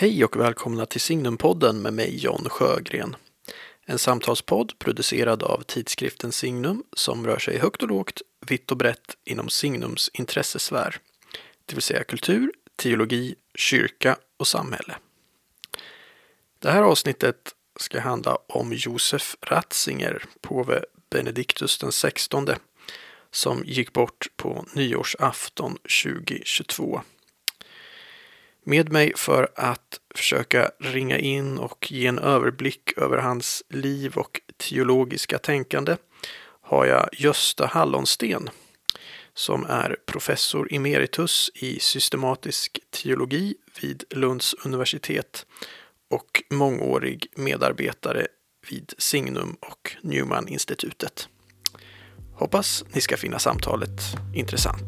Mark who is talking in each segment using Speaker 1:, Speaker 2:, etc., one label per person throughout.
Speaker 1: Hej och välkomna till Signumpodden med mig John Sjögren. En samtalspodd producerad av tidskriften Signum som rör sig högt och lågt, vitt och brett inom Signums intressesfär. Det vill säga kultur, teologi, kyrka och samhälle. Det här avsnittet ska handla om Josef Ratzinger, påve Benediktus den 16, som gick bort på nyårsafton 2022. Med mig för att försöka ringa in och ge en överblick över hans liv och teologiska tänkande har jag Gösta Hallonsten, som är professor emeritus i systematisk teologi vid Lunds universitet och mångårig medarbetare vid Signum och Newman-institutet. Hoppas ni ska finna samtalet intressant.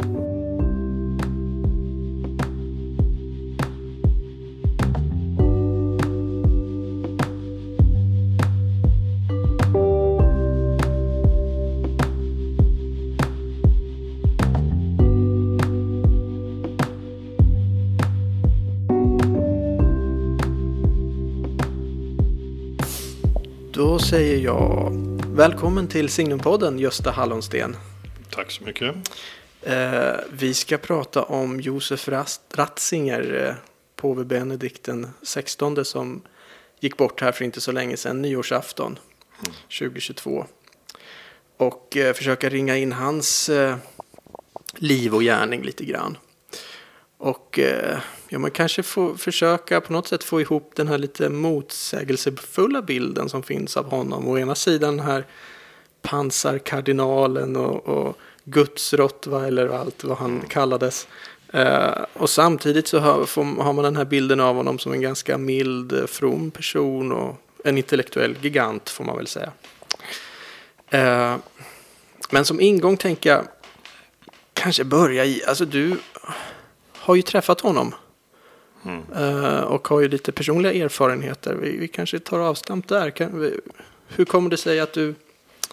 Speaker 1: Då säger jag välkommen till Signumpodden, Gösta Hallonsten.
Speaker 2: Tack så mycket.
Speaker 1: Vi ska prata om Josef Ratzinger, påve Benedikt den 16, som gick bort här för inte så länge sedan, nyårsafton 2022. Och försöka ringa in hans liv och gärning lite grann. Och man kanske får försöka på något sätt få ihop den här lite motsägelsefulla bilden som finns av honom. Å ena sidan den här pansarkardinalen och Guds Rottweiler och allt vad han kallades. Och samtidigt så har man den här bilden av honom som en ganska mild, from person och en intellektuell gigant får man väl säga. Men som ingång tänker jag kanske börja i, alltså du har ju träffat honom och har ju lite personliga erfarenheter. Vi kanske tar avstamp där. Hur kommer det sig att du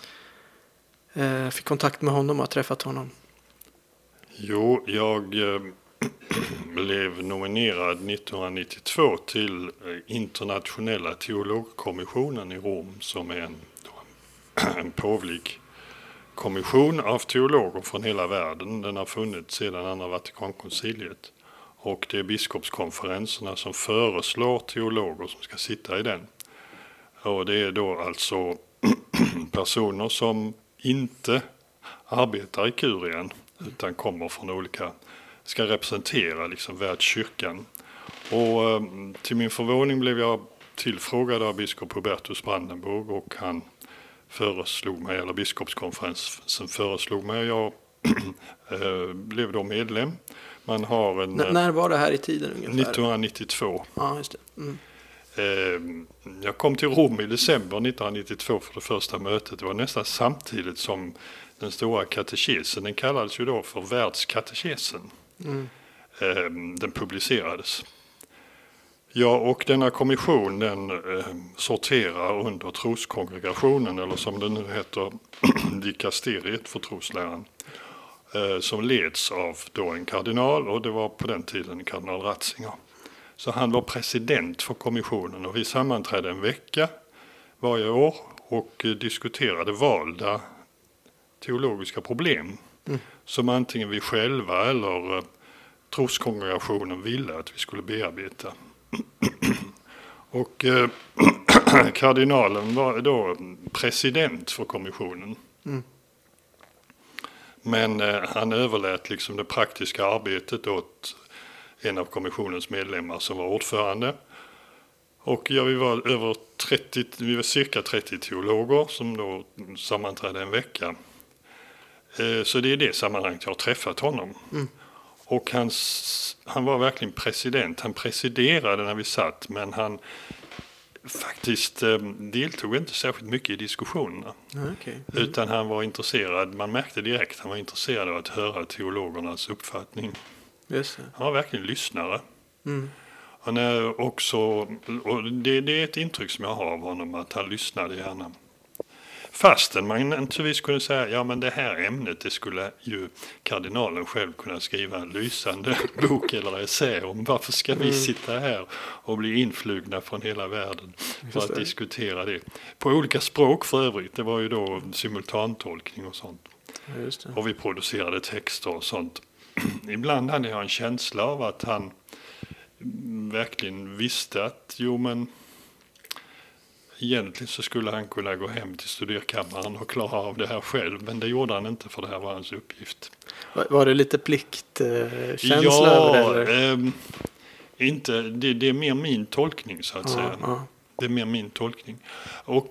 Speaker 1: fick kontakt med honom och har träffat honom?
Speaker 2: Jo, jag blev nominerad 1992 till internationella teologkommissionen i Rom, som är en påvlig kommission av teologer från hela världen. Den har funnits sedan andra Vatikankonciliet. Och det är biskopskonferenserna som föreslår teologer som ska sitta i den. Och det är då alltså personer som inte arbetar i kurien utan kommer från olika, ska representera liksom världskyrkan. Och till min förvåning blev jag tillfrågad av biskop Hubertus Brandenburg och han föreslog mig, eller biskopskonferensen föreslog mig, och jag blev då medlem. Man har
Speaker 1: När var det här i tiden ungefär?
Speaker 2: 1992.
Speaker 1: Ja, just det.
Speaker 2: Jag kom till Rom i december 1992 för det första mötet. Det var nästan samtidigt som den stora katekesen, den kallades ju då för världskatekesen. Den publicerades. Ja, och denna kommission den sorterar under troskongregationen, eller som det nu heter, dikasteriet för trosläran, som leds av då en kardinal, och det var på den tiden kardinal Ratzinger. Så han var president för kommissionen, och vi sammanträdde en vecka varje år och diskuterade valda teologiska problem som antingen vi själva eller troskongregationen ville att vi skulle bearbeta. Och kardinalen var då president för kommissionen. Men han överlät liksom det praktiska arbetet åt en av kommissionens medlemmar som var ordförande. Och vi var cirka 30 teologer som då sammanträdde en vecka. Så det är det sammanhanget jag har träffat honom. Och han var verkligen president. Han presiderade när vi satt, men han faktiskt deltog inte särskilt mycket i diskussionerna. Utan han var intresserad, man märkte direkt, han var intresserad av att höra teologernas uppfattning.
Speaker 1: Just det.
Speaker 2: Han var verkligen lyssnare. Han är också, och det är ett intryck som jag har av honom, att han lyssnade gärna. Fastän man naturligtvis kunde säga, ja men det här ämnet, det skulle ju kardinalen själv kunna skriva en lysande bok eller essä om. Varför ska vi sitta här och bli influgna från hela världen för att diskutera det? På olika språk för övrigt, det var ju då simultantolkning och sånt.
Speaker 1: Just det.
Speaker 2: Och vi producerade texter och sånt. Ibland hade jag en känsla av att han verkligen visste att egentligen så skulle han kunna gå hem till studerkammaren och klara av det här själv. Men det gjorde han inte, för det här var hans uppgift.
Speaker 1: Var det lite pliktkänsla över det?
Speaker 2: Inte, det är mer min tolkning så att säga.
Speaker 1: Ja.
Speaker 2: Det är mer min tolkning. Och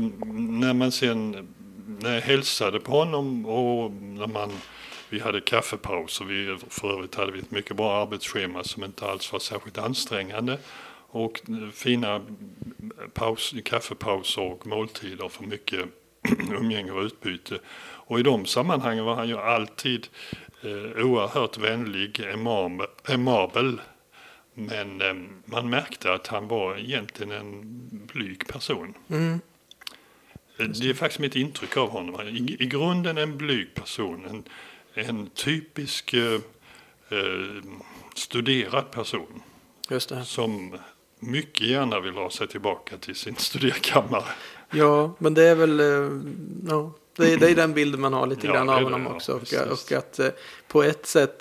Speaker 2: när jag hälsade på honom och vi hade kaffepaus, och för övrigt hade vi ett mycket bra arbetsschema som inte alls var särskilt ansträngande. Och fina kaffepauser och måltider för mycket umgänge och utbyte. Och i de sammanhangen var han ju alltid oerhört vänlig, emabel. Men man märkte att han var egentligen en blyg person. Det är faktiskt mitt intryck av honom. I grunden en blyg person. En typisk studerad person.
Speaker 1: Just det.
Speaker 2: Som mycket gärna vill ha sig tillbaka till sin studerkammare.
Speaker 1: Ja, men det är väl det är den bilden man har lite grann av honom också. Och att på ett sätt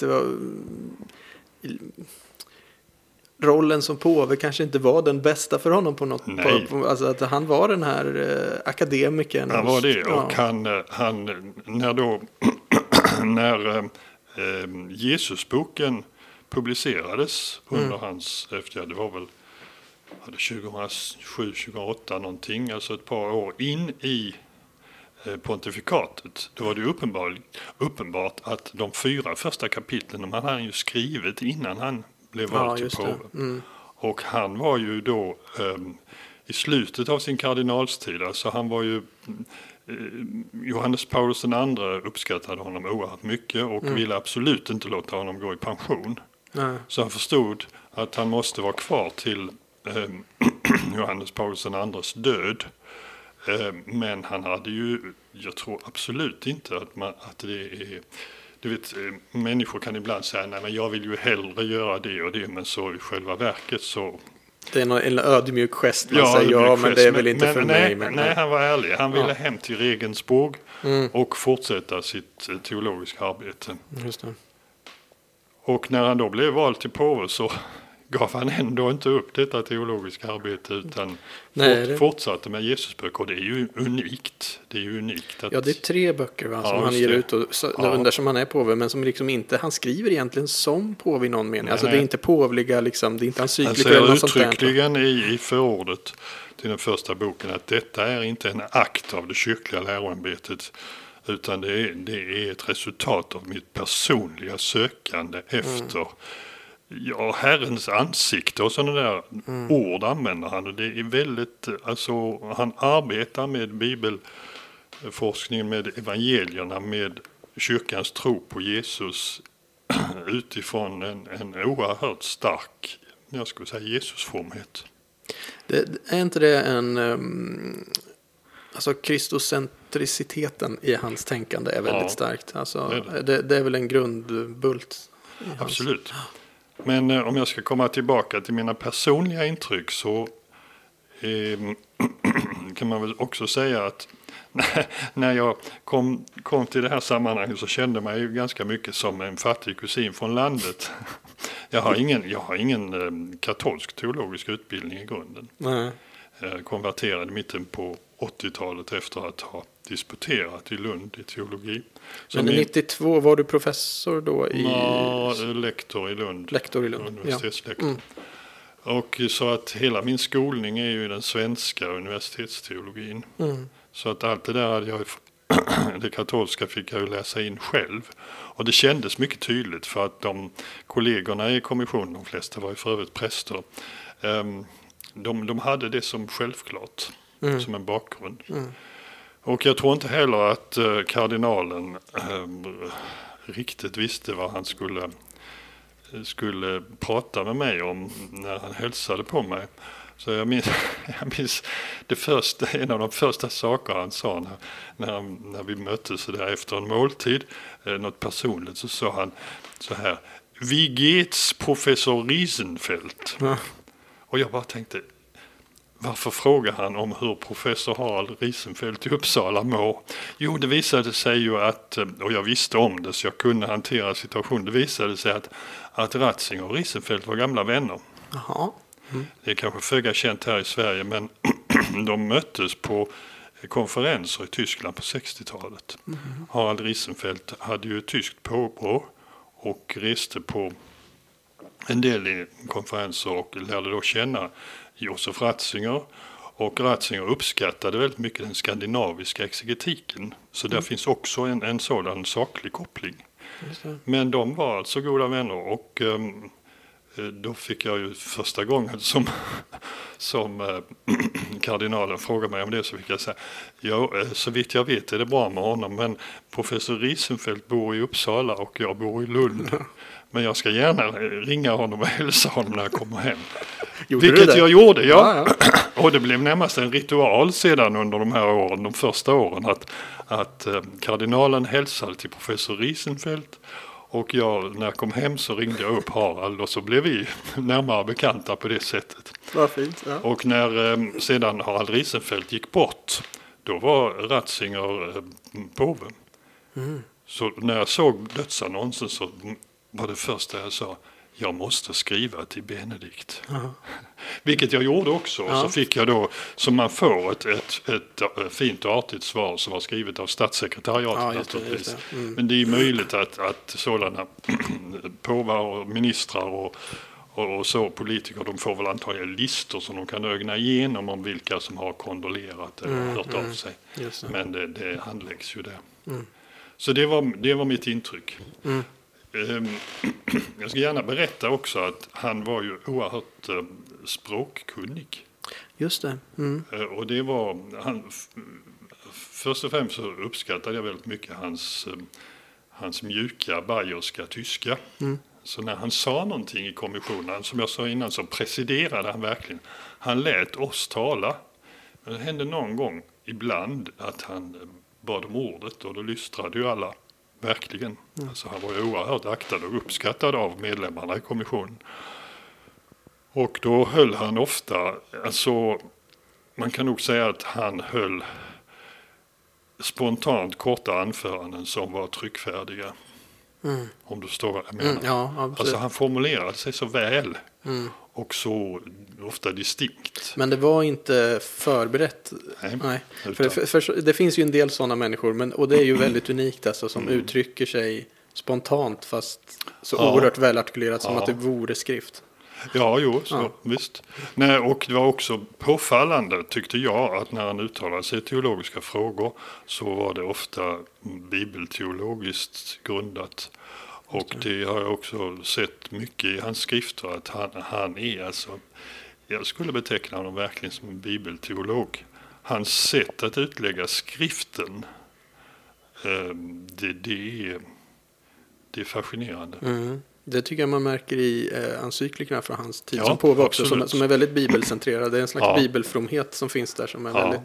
Speaker 1: rollen som påve kanske inte var den bästa för honom på något. Alltså att han var den här akademikern.
Speaker 2: Han var det, och han när Jesusboken publicerades under hans, det var väl 2007-2008 någonting, alltså ett par år in i pontifikatet, då var det uppenbart att de 4 första kapitlen de hade han ju skrivit innan han blev vald till påve. Och han var ju då i slutet av sin kardinalstid, alltså han var ju Johannes Paulus II uppskattade honom oerhört mycket och ville absolut inte låta honom gå i pension. Så han förstod att han måste vara kvar till Johannes Paulus IIs död. Men han hade ju, jag tror absolut inte att det är, du vet, människor kan ibland säga, nej men jag vill ju hellre göra det och det, men så i själva verket så...
Speaker 1: Det är en ödmjuk gest, man säger, men det är väl inte för mig.
Speaker 2: Nej, han var ärlig. Han ville hem till Regensburg och fortsätta sitt teologiska arbete.
Speaker 1: Just det.
Speaker 2: Och när han då blev vald till påve så gav han ändå inte upp detta teologiska arbete, utan fortsatte med Jesusböcker. Och det är ju unikt. Det är unikt att...
Speaker 1: Ja, det är 3 böcker som han ger ut under som han är påve, men som liksom inte, han skriver egentligen som påve i någon mening. Alltså det är inte påvliga, liksom, det är inte encyklika eller något sånt där. Han säger
Speaker 2: uttryckligen i förordet till den första boken att detta är inte en akt av det kyrkliga läroämbetet, utan det är ett resultat av mitt personliga sökande efter Herrens ansikte, och sådana där ord använder han. Och det är väldigt, alltså han arbetar med bibelforskningen, med evangelierna, med kyrkans tro på Jesus utifrån en oerhört stark, jag skulle säga, Jesusformhet.
Speaker 1: Är inte det alltså Kristuscentriciteten i hans tänkande är väldigt starkt. Alltså, det är väl en grundbult.
Speaker 2: Absolut. Men om jag ska komma tillbaka till mina personliga intryck, så kan man väl också säga att när jag kom till det här sammanhanget så kände man ju ganska mycket som en fattig kusin från landet. Jag har ingen katolsk teologisk utbildning i grunden.
Speaker 1: Nej.
Speaker 2: Jag konverterade mitten på 80-talet efter att ha disputerat i Lund i teologi.
Speaker 1: Men 92 var du professor då i...
Speaker 2: lektor i Lund.
Speaker 1: Lektor i Lund,
Speaker 2: universitetslektor. Och så att hela min skolning är ju den svenska universitetsteologin. Så att allt det där hade jag, det katolska fick jag ju läsa in själv. Och det kändes mycket tydligt, för att de kollegorna i kommissionen, de flesta var ju för övrigt präster, de hade det som självklart, som en bakgrund. Och jag tror inte heller att kardinalen riktigt visste vad han skulle skulle prata med mig om när han hälsade på mig. Så jag minns en av de första saker han sa när vi möttes så där efter en måltid, något personligt, så sa han så här: "Wie geht's, professor Riesenfeldt?" Och jag bara tänkte, varför frågar han om hur professor Harald Riesenfeldt i Uppsala mår? Jo, det visade sig ju att, och jag visste om det så jag kunde hantera situationen, det visade sig att Ratzinger och Riesenfeldt var gamla vänner.
Speaker 1: Jaha.
Speaker 2: Det är kanske föga känt här i Sverige, men de möttes på konferenser i Tyskland på 60-talet. Harald Riesenfeldt hade ju tyskt påbrå och reste på en del konferenser och lärde då känna Josef Ratzinger. Och Ratzinger uppskattade väldigt mycket den skandinaviska exegetiken. Så där finns också en sådan saklig koppling. Men de var alltså goda vänner och då fick jag ju första gången som kardinalen frågade mig om det, så fick jag säga, ja, så vitt jag vet är det bra med honom, men professor Riesenfeldt bor i Uppsala och jag bor i Lund. Men jag ska gärna ringa honom och hälsa honom när jag kommer hem. Vilket jag gjorde, ja. Och det blev närmast en ritual sedan under de här åren, de första åren, att kardinalen hälsade till professor Riesenfeldt. Och när jag kom hem så ringde jag upp Harald och så blev vi närmare bekanta på det sättet.
Speaker 1: Vad fint, ja.
Speaker 2: Och när sedan Harald Riesenfeldt gick bort, då var Ratzinger påve. Så när jag såg dödsannonsen så var det första jag sa, jag måste skriva till Benedikt. Vilket jag gjorde också. Och så fick jag då, som man får, ett fint och artigt svar som var skrivet av statssekretariatet naturligtvis. Men det är möjligt att sådana påvar och ministrar och så politiker, de får väl antagligen listor som de kan ögna igenom om vilka som har kondolerat eller hört av sig. Men det handläggs ju där. Så det var mitt intryck. Jag ska gärna berätta också att han var ju oerhört språkkunnig.
Speaker 1: Just det.
Speaker 2: Och det var först och främst så uppskattade jag väldigt mycket hans mjuka bayerska tyska. Så när han sa någonting i kommissionen, som jag sa innan, så presiderade han verkligen. Han lät oss tala. Men det hände någon gång ibland att han bad om ordet och då lystrade ju alla. Verkligen. Alltså han var ju oerhört aktad och uppskattad av medlemmarna i kommissionen. Och då höll han ofta, alltså man kan nog säga att han höll spontant korta anföranden som var tryckfärdiga. Om du förstår vad jag menar.
Speaker 1: Ja,
Speaker 2: alltså han formulerade sig så väl och så ofta distinkt.
Speaker 1: Men det var inte förberett. Nej. För det finns ju en del sådana människor, och det är ju väldigt unikt alltså, som uttrycker sig spontant fast så oerhört välartikulerat som att det vore skrift.
Speaker 2: Ja, visst. Nej, och det var också påfallande, tyckte jag, att när han uttalade sig i teologiska frågor så var det ofta bibelteologiskt grundat. Och det har jag också sett mycket i hans skrifter, att han är alltså, jag skulle beteckna honom verkligen som en bibelteolog. Hans sätt att utlägga skriften, det är fascinerande.
Speaker 1: Det tycker jag man märker i encyklikerna från hans tid som påve också, som är väldigt bibelcentrerad. Det är en slags bibelfromhet som finns där som är väldigt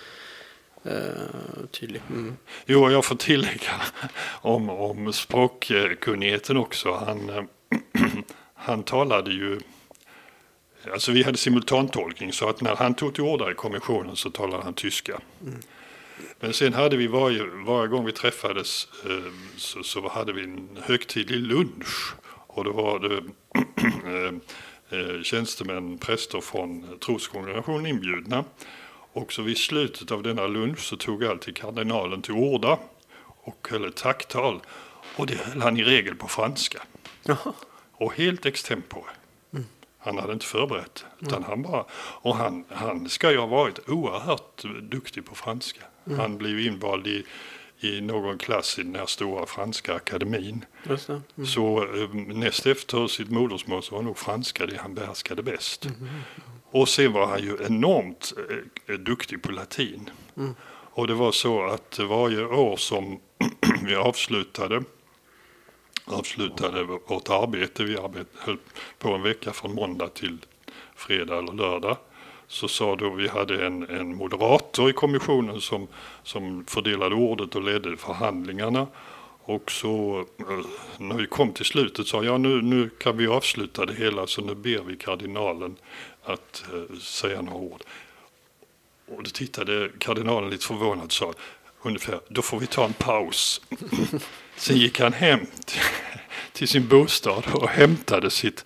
Speaker 1: tydlig.
Speaker 2: Jo, jag får tillägga om språkkunnigheten också. Han talade ju, alltså vi hade simultantolkning, så att när han tog till orda i kommissionen så talade han tyska. Men sen hade vi varje gång vi träffades så hade vi en högtidlig lunch. Och då var det tjänstemän, präster från troskongregationen inbjudna. Och så vid slutet av denna lunch så tog alltid kardinalen till orda och höll ett tacktal. Och det höll han i regel på franska.
Speaker 1: Jaha.
Speaker 2: Och helt extempore. Han hade inte förberett, utan han ska ju ha varit oerhört duktig på franska. Han blev invald i någon klass i den här stora franska akademin. Så näst efter sitt modersmål så var nog franska det han behärskade bäst. Och sen var han ju enormt duktig på latin. Och det var så att varje år som vi avslutade avslutade vårt arbete, höll på en vecka från måndag till fredag eller lördag, så sa då vi hade en moderator i kommissionen som fördelade ordet och ledde förhandlingarna. Och så när vi kom till slutet sa jag nu kan vi avsluta det hela, så nu ber vi kardinalen att säga några ord. Och då tittade kardinalen lite förvånad och sa ungefär, då får vi ta en paus. Sen gick han hem till sin bostad och hämtade sitt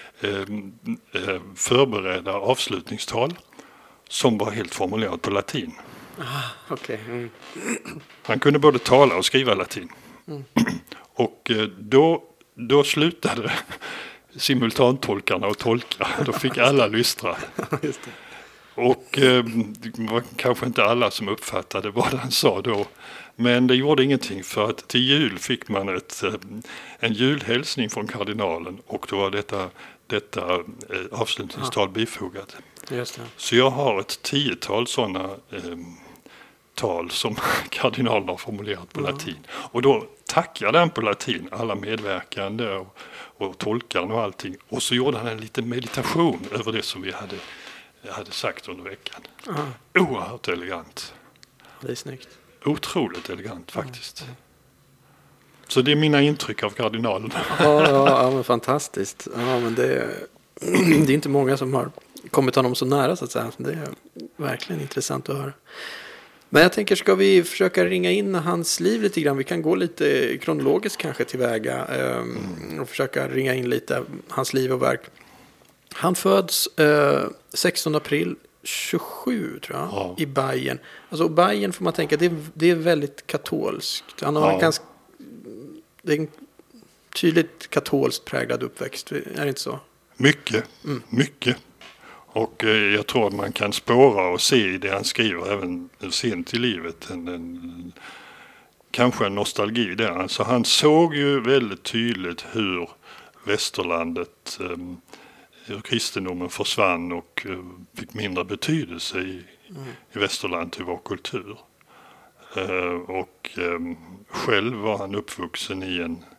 Speaker 2: förberedda avslutningstal som var helt formulerat på latin.
Speaker 1: Okay. Mm.
Speaker 2: Han kunde både tala och skriva latin. Och då slutade simultantolkarna och tolka. Då fick alla lystra.
Speaker 1: Just det.
Speaker 2: Och det var kanske inte alla som uppfattade vad han sa då. Men det gjorde ingenting, för att till jul fick man en julhälsning från kardinalen, och då var detta avslutningstal bifogat.
Speaker 1: Just det.
Speaker 2: Så jag har ett 10-tal sådana tal som kardinalen har formulerat på latin. Och då tackar den på latin, alla medverkande och tolkaren och allting. Och så gjorde han en liten meditation över det som vi hade sagt under veckan. Oerhört elegant.
Speaker 1: Det är snyggt.
Speaker 2: Otroligt elegant faktiskt. Så det är mina intryck av kardinalen.
Speaker 1: Ja, men fantastiskt. Ja, men det är inte många som har kommit honom så nära, så att säga. Det är verkligen intressant att höra. Men jag tänker, ska vi försöka ringa in hans liv lite grann? Vi kan gå lite kronologiskt kanske tillväga och försöka ringa in lite hans liv och verk. Han föds 16 april 27, tror jag, i Bayern. Alltså Bayern får man tänka, det är väldigt katolskt. Han har det är en tydligt katolskt präglad uppväxt, är det inte så?
Speaker 2: Mycket. Och jag tror att man kan spåra och se i det han skriver även sent i livet kanske en nostalgi där. Alltså han såg ju väldigt tydligt hur västerlandet, hur kristendomen försvann och fick mindre betydelse i västerlandet i vår kultur. Och själv var han uppvuxen i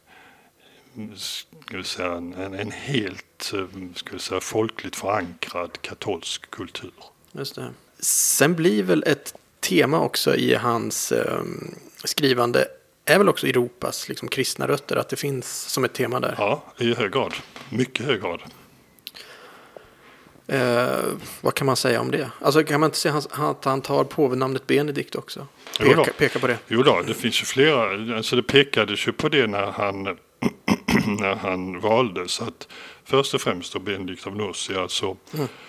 Speaker 2: en helt folkligt förankrad katolsk kultur.
Speaker 1: Just det. Sen blir väl ett tema också i hans skrivande är väl också Europas liksom kristna rötter, att det finns som ett tema där.
Speaker 2: Ja, i hög grad. Mycket hög grad.
Speaker 1: Vad kan man säga om det? Alltså kan man inte säga att han tar påvenamnet Benedikt också? Peka på det.
Speaker 2: Jo då, det finns ju flera. Alltså det pekades ju på det när han valdes, att först och främst då Benedikt av Nursia, alltså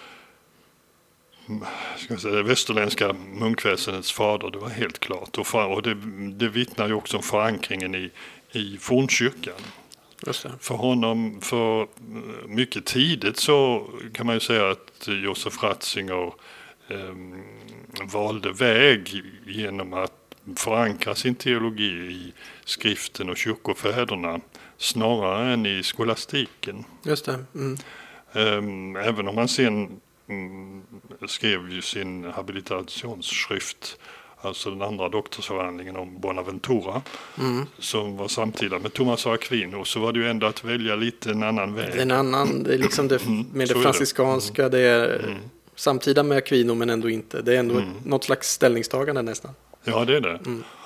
Speaker 2: det västerländska munkväsendets fader, det var helt klart. Och det vittnar ju också om förankringen i fornkyrkan.
Speaker 1: Just det.
Speaker 2: För honom, för mycket tidigt så kan man ju säga att Josef Ratzinger valde väg genom att förankra sin teologi i skriften och kyrkofäderna snarare än i skolastiken.
Speaker 1: Just det.
Speaker 2: Även om han sen skrev ju sin habilitationsskrift, alltså den andra doktorsavhandlingen om Bonaventura, som var samtida med Thomas av Aquino, så var det ju ändå att välja lite en annan väg.
Speaker 1: Det är liksom det med det franciskanska, det är samtida med Aquino men ändå inte. Det är ändå något slags ställningstagande nästan.
Speaker 2: Ja, det är det.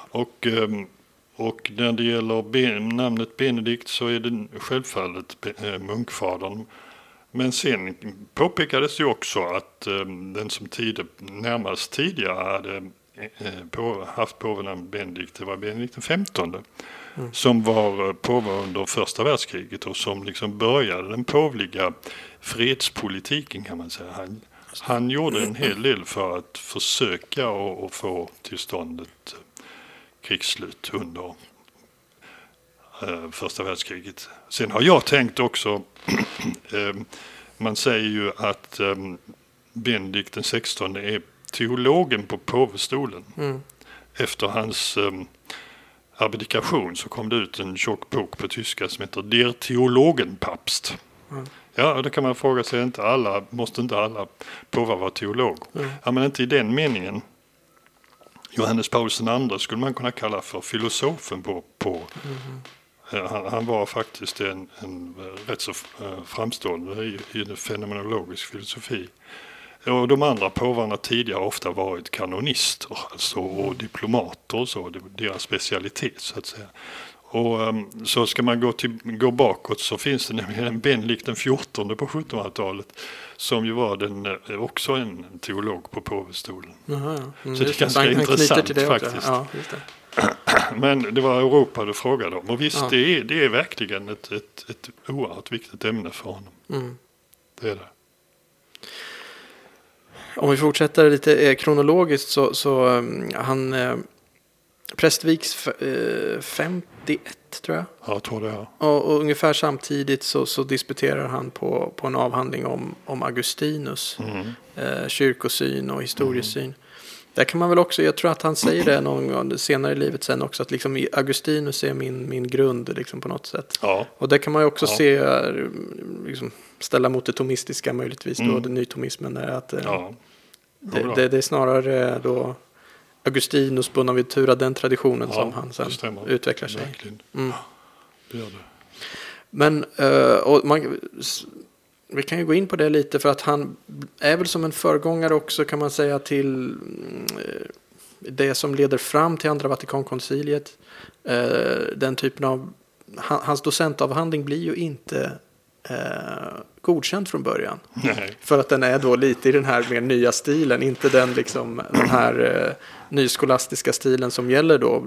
Speaker 2: Och när det gäller namnet Benedikt så är det självfallet munkfadern. Men sen påpekades ju också att den som närmast tidigare hade haft påvenamn Benedikt, det var Benedikt den XV, som var påve under första världskriget och som liksom började den påvliga fredspolitiken, kan man säga. Han gjorde en hel del för att försöka och få till stånd ett krigsslut under första världskriget. Sen har jag tänkt också, man säger ju att Benedikt den XVI är teologen på påvestolen. Efter hans abdikation så kom det ut en tjock bok på tyska som heter Der Theologenpapst. Ja, då kan man fråga sig, måste inte alla påvar vara teolog? Ja, men inte i den meningen. Johannes Paulus II skulle man kunna kalla för filosofen på Han var faktiskt en rätt så framstående i fenomenologisk filosofi. Och de andra påvarna tidigare har ofta varit kanonister, alltså, och diplomater och så, deras specialitet så att säga. Och så ska man gå bakåt så finns det nämligen en Benedikt den 14 på 1700-talet som ju var också en teolog på påvestolen. Så det är ganska intressant faktiskt.
Speaker 1: Ja, just det.
Speaker 2: Men det var Europa du frågade om. Och visst, det är verkligen ett oerhört viktigt ämne för honom. Det är det.
Speaker 1: Om vi fortsätter lite kronologiskt så han Prästviks 51 tror jag.
Speaker 2: Ja, jag tror det. Ja.
Speaker 1: Och ungefär samtidigt så disputerar han på en avhandling om Augustinus, kyrkosyn och historiesyn. Där kan man väl också, jag tror att han säger det någon gång senare i livet sen också, att liksom Augustinus är min grund liksom på något sätt. Ja. Och det kan man ju också se, liksom, ställa mot det tomistiska möjligtvis då, den nytomismen är att det är snarare då Augustinus Bonaventura, den traditionen som han sen utvecklar sig.
Speaker 2: Ja, det gör det.
Speaker 1: Men vi kan ju gå in på det lite, för att han är väl som en föregångare också, kan man säga, till det som leder fram till Andra Vatikankonciliet. Den typen av hans docentavhandling blir ju inte godkänd från början.
Speaker 2: Nej.
Speaker 1: För att den är då lite i den här mer nya stilen, inte den liksom den här nyskolastiska stilen som gäller då.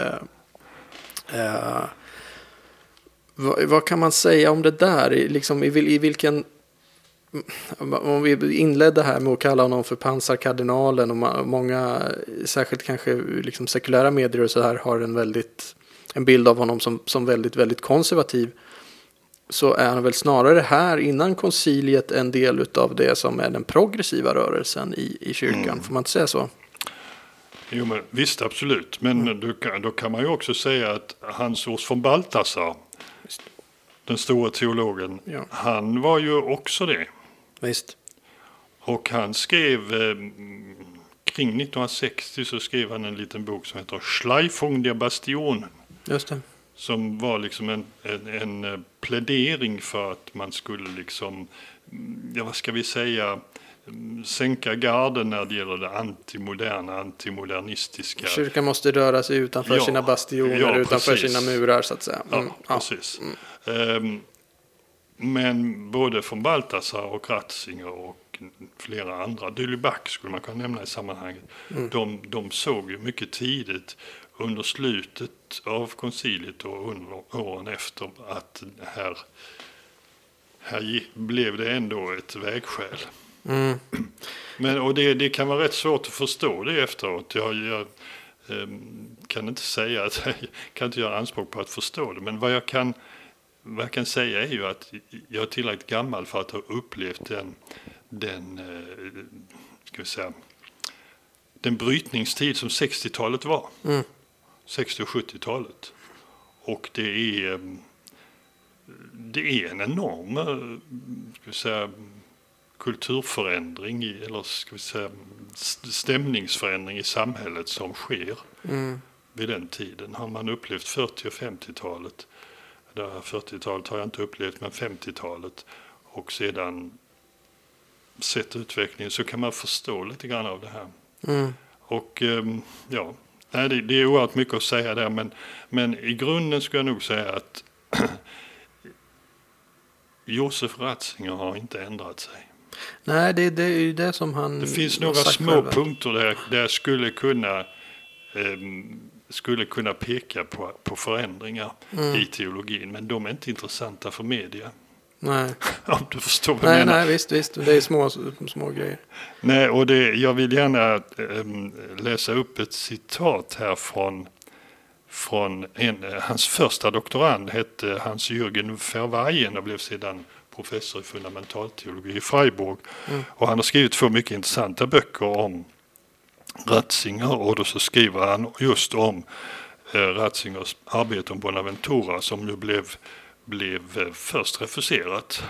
Speaker 1: Vad kan man säga om det där? Liksom, i vilken, om vi inledde här med att kalla honom för pansarkardinalen, och många, särskilt kanske liksom sekulära medier och så här, har en bild av honom som väldigt, väldigt konservativ, så är han väl snarare här innan konciliet en del av det som är den progressiva rörelsen i kyrkan. Får man inte säga så?
Speaker 2: Jo, men visst, absolut. Men då kan man ju också säga att Hans Urs von Balthasar, den stora teologen, han var ju också det.
Speaker 1: Visst.
Speaker 2: Och han skrev, kring 1960 så skrev han en liten bok som heter Schleifung der Bastionen.
Speaker 1: Just det.
Speaker 2: Som var liksom en plädering för att man skulle liksom, vad ska vi säga, sänka garden när det gäller det antimodernistiska.
Speaker 1: Kyrkan måste röra sig utanför sina bastioner, utanför sina murar så att säga.
Speaker 2: Precis. Men både von Balthasar och Ratzinger och flera andra, Dylybach skulle man kunna nämna i sammanhanget, de såg ju mycket tidigt under slutet av konciliet och under åren efter att här blev det ändå ett vägskäl. Men, och det kan vara rätt svårt att förstå det efteråt. Jag kan inte säga att jag kan inte göra anspråk på att förstå det, men vad jag kan säga är ju att jag är tillräckligt gammal för att ha upplevt den brytningstid som 60-talet var. 60- och 70-talet. Och det är en enorm kulturförändring eller stämningsförändring i samhället som sker vid den tiden. Har man upplevt 40- och 50-talet, 40-talet har jag inte upplevt, men 50-talet, och sedan sett utvecklingen, så kan man förstå lite grann av det här. Och det är oerhört mycket att säga där, men i grunden skulle jag nog säga att Josef Ratzinger har inte ändrat sig.
Speaker 1: Nej, det är ju det som han...
Speaker 2: Det finns några små punkter där jag skulle kunna peka på förändringar i teologin, men de är inte intressanta för media.
Speaker 1: Nej.
Speaker 2: Om du förstår vad jag menar. Nej,
Speaker 1: visst. Det är små grejer.
Speaker 2: Nej, och jag vill gärna läsa upp ett citat här från hans första doktorand, hette Hans-Jürgen Verweyen och blev sedan professor i fundamentalteologi i Freiburg. Och han har skrivit 2 mycket intressanta böcker om Ratzinger, och då så skriver han just om Ratzingers arbete om Bonaventura, som ju blev först refuserat.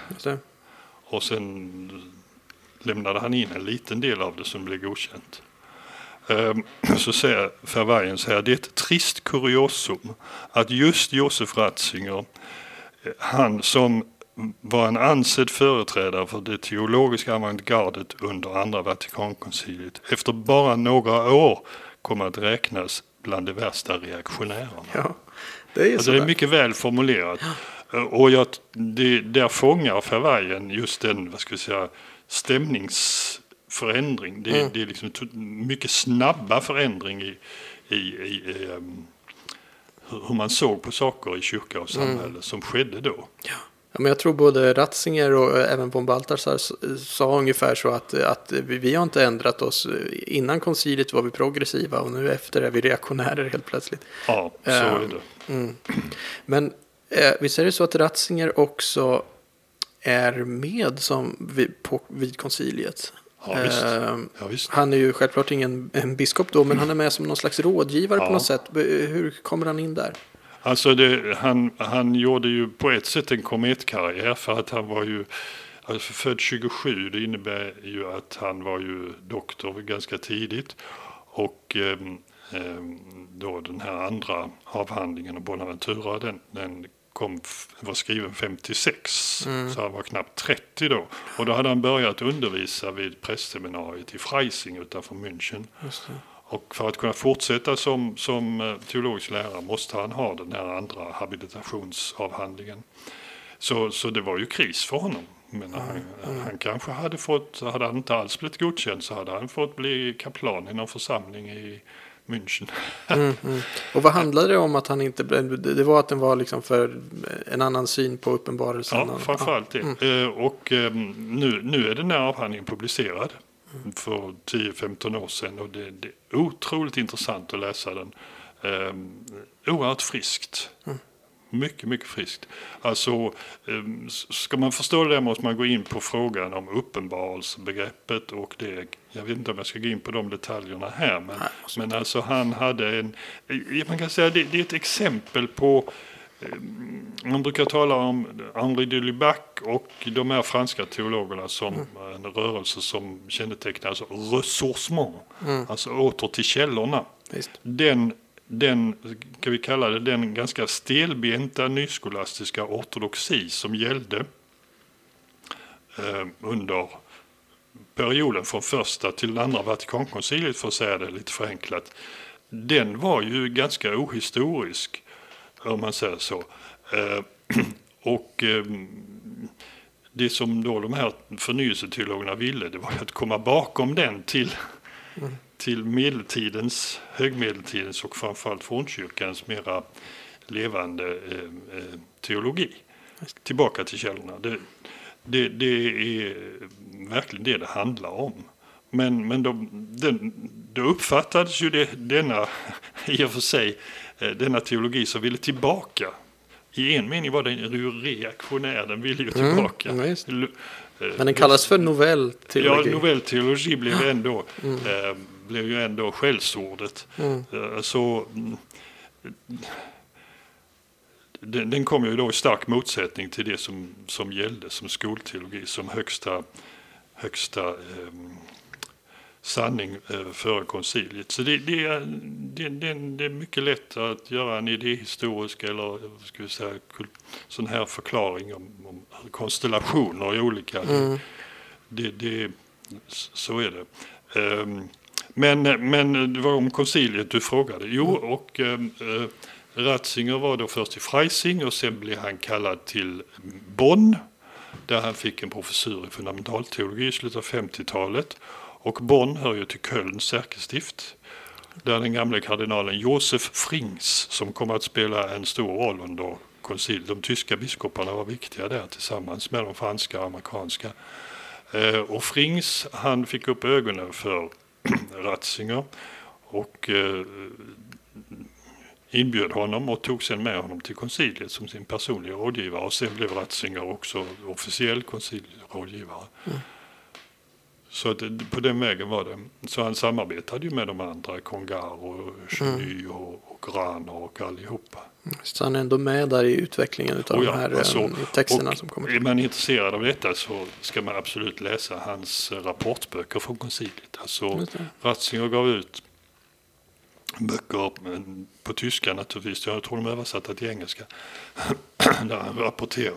Speaker 2: Och sen lämnade han in en liten del av det som blev godkänt. Så säger Verweyen så här: det är ett trist kuriosum att just Josef Ratzinger, han som var en ansedd företrädare för det teologiska avantgardet under andra Vatikankonciliet, efter bara några år kommer att räknas bland de värsta reaktionärerna.
Speaker 1: Ja, det är ju
Speaker 2: alltså det är mycket väl formulerat. Och där fångar Verweyen just den, vad ska vi säga, stämningsförändring. Det är liksom mycket snabba förändring i hur man såg på saker i kyrka och samhälle som skedde då.
Speaker 1: Ja. Ja, men jag tror både Ratzinger och även von Balthasar sa ungefär så att vi har inte ändrat oss. Innan konciliet var vi progressiva och nu efter är vi reaktionärer helt plötsligt.
Speaker 2: Ja, så är det.
Speaker 1: Men visst är det så att Ratzinger också är med vid konciliet?
Speaker 2: Ja, visst.
Speaker 1: Han är ju självklart ingen en biskop då, men han är med som någon slags rådgivare på något sätt. Hur kommer han in där?
Speaker 2: Alltså han gjorde ju på ett sätt en kometkarriär, för att han var ju född 27. Det innebär ju att han var ju doktor ganska tidigt, och då den här andra avhandlingen om Bonaventura, den var skriven 56, så han var knappt 30 då. Och då hade han börjat undervisa vid prästseminariet i Freising utanför München. Och för att kunna fortsätta som teologisk lärare måste han ha den här andra habilitationsavhandlingen. Så det var ju kris för honom. Men han kanske hade han inte alls blivit godkänd, så hade han fått bli kaplan i någon församling i München.
Speaker 1: Och vad handlade det om att han inte det var att den var liksom för en annan syn på uppenbarelsen?
Speaker 2: Ja, framförallt det. Och nu är den här avhandlingen publicerad för 10-15 år sedan, och det är otroligt intressant att läsa den. Oerhört friskt. Mycket, mycket friskt. Alltså, ska man förstå det måste man gå in på frågan om uppenbarelsebegreppet, och det, jag vet inte om jag ska gå in på de detaljerna här, men alltså han hade man kan säga det är ett exempel på, man brukar tala om Henri de Lubac och de här franska teologerna som en rörelse som kännetecknas av ressourcement, alltså åter till källorna.
Speaker 1: Visst.
Speaker 2: Den kan vi kalla det, den ganska stelbenta nyskolastiska ortodoxi som gällde under perioden från första till andra Vatikankonciliet, för att säga det lite förenklat, den var ju ganska ohistorisk, om man säger så. Och det som då de här förnyelseteologerna ville, det var att komma bakom den till medeltidens, högmedeltidens och framförallt fornkyrkans mera levande teologi. Tillbaka till källorna. Det är verkligen det handlar om. Men då uppfattades ju denna, i och för sig, denna teologi som ville tillbaka. I en mening var den ju reaktionär, den ville ju tillbaka.
Speaker 1: Men den kallas för novellteologi.
Speaker 2: Ja, novellteologi blev ju ändå skällsordet. Så den kom ju då i stark motsättning till det som gällde som skolteologi, som högsta sanning före konciliet. Så det är mycket lätt att göra en idéhistorisk eller ska vi säga, sån här förklaring om konstellationer i olika. Så är det. Men det var om konciliet du frågade. Jo, och Ratzinger var då först i Freising, och sen blev han kallad till Bonn, där han fick en professur i fundamentalteologi i slutet av 50-talet. Och Bonn hör ju till Kölns ärkestift, där den gamla kardinalen Josef Frings, som kommer att spela en stor roll under konciliet. De tyska biskoparna var viktiga där tillsammans med de franska och amerikanska. Och Frings, han fick upp ögonen för Ratzinger och inbjöd honom och tog sen med honom till konciliet som sin personliga rådgivare. Och sen blev Ratzinger också officiell koncilierådgivare. Så på den vägen var det. Så han samarbetade ju med de andra, Congar och Cheny och Graner och allihopa.
Speaker 1: Så han är ändå med där i utvecklingen av de här texterna som kommer till.
Speaker 2: Är man intresserad av detta så ska man absolut läsa hans rapportböcker från konciliet. Alltså Ratzinger gav ut böcker på tyska naturligtvis. Jag tror de är översatta till engelska. Där han rapporterar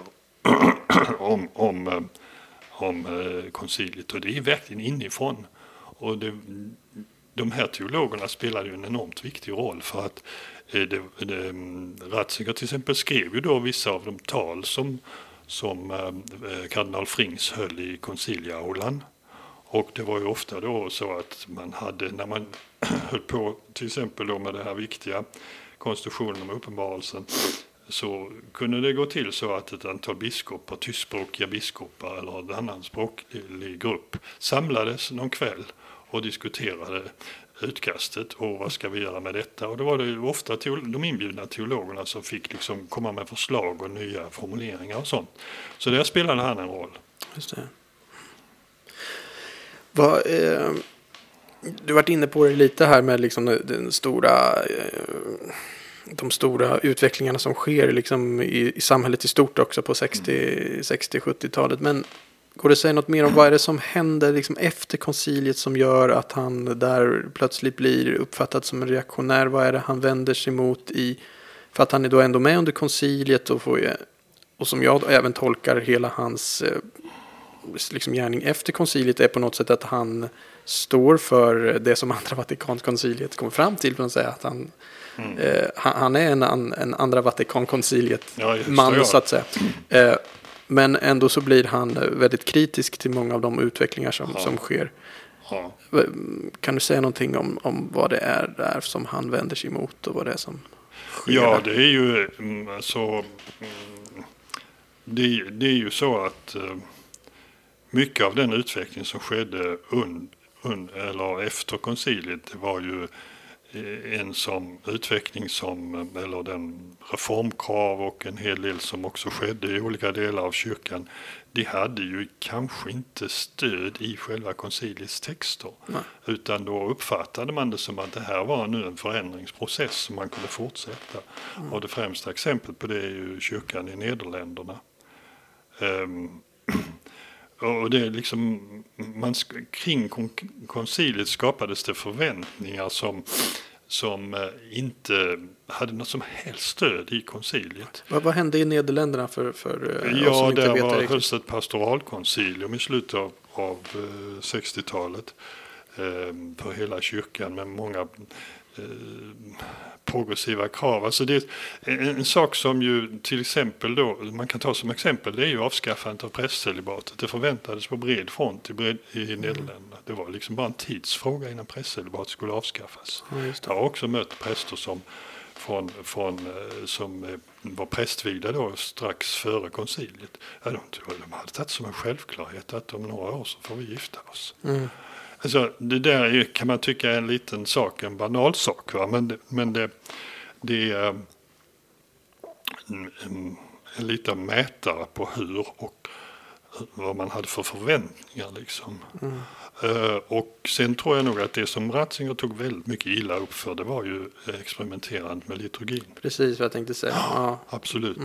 Speaker 2: om konciliet. Och det är verkligen inifrån. Och de här teologerna spelade ju en enormt viktig roll för att Ratzinger till exempel skrev ju då vissa av de tal som kardinal Frings höll i konciliaulan. Och det var ju ofta då så att man hade, när man höll på till exempel då med det här viktiga konstitutionen om uppenbarelsen, så kunde det gå till så att ett antal biskopar, tyskspråkiga biskopar eller en annan språklig grupp samlades någon kväll och diskuterade utkastet och vad ska vi göra med detta. Och då var det ofta de inbjudna teologerna som fick liksom komma med förslag och nya formuleringar och sånt. Så där spelade han en roll.
Speaker 1: Just det. Du har varit inne på det lite här med liksom de stora utvecklingarna som sker liksom i samhället i stort också på 60-70-talet. Men går det att säga något mer om vad är det som händer liksom efter konciliet som gör att han där plötsligt blir uppfattad som en reaktionär? Vad är det han vänder sig mot för att han är då ändå med under konciliet och som jag även tolkar hela hans liksom gärning efter konciliet är på något sätt att han står för det som andra Vatikankonciliet kommer fram till, för att säga att han är en andra Vatikankonciliet man så att säga. Men ändå så blir han väldigt kritisk till många av de utvecklingar som sker. Ja. Kan du säga någonting om vad det är där som han vänder sig emot och vad det är som sker?
Speaker 2: Ja, det är ju så. Det är ju så att mycket av den utveckling som skedde eller efter konciliet, det var ju eller den reformkrav och en hel del som också skedde i olika delar av kyrkan, det hade ju kanske inte stöd i själva konciliets texter. Nej. Utan då uppfattade man det som att det här var nu en förändringsprocess som man kunde fortsätta. Och det främsta exemplet på det är ju kyrkan i Nederländerna. Och det är liksom, kring konciliet skapades det förväntningar som inte hade något som helst stöd i konciliet.
Speaker 1: Vad hände i Nederländerna för oss som inte vet det?
Speaker 2: Hölls ett pastoralkoncilium i slutet av 60-talet för hela kyrkan med många progressiva krav. Alltså det är en sak som ju till exempel då, man kan ta som exempel, det är ju avskaffandet av prästcelibatet. Det förväntades på bred front i Nederländerna. Det var liksom bara en tidsfråga innan prästcelibatet skulle avskaffas. Jag har också mött präster som var prästvigda då strax före konciliet. De hade tagit som en självklarhet att om några år så får vi gifta oss. Alltså, det där kan man tycka är en liten sak, en banal sak, va? Men det är en liten mätare på hur och vad man hade för förväntningar liksom. Och sen tror jag nog att det som Ratzinger tog väldigt mycket illa upp för, det var ju experimenterandet med liturgin.
Speaker 1: Precis vad jag tänkte säga.
Speaker 2: Ja. Absolut.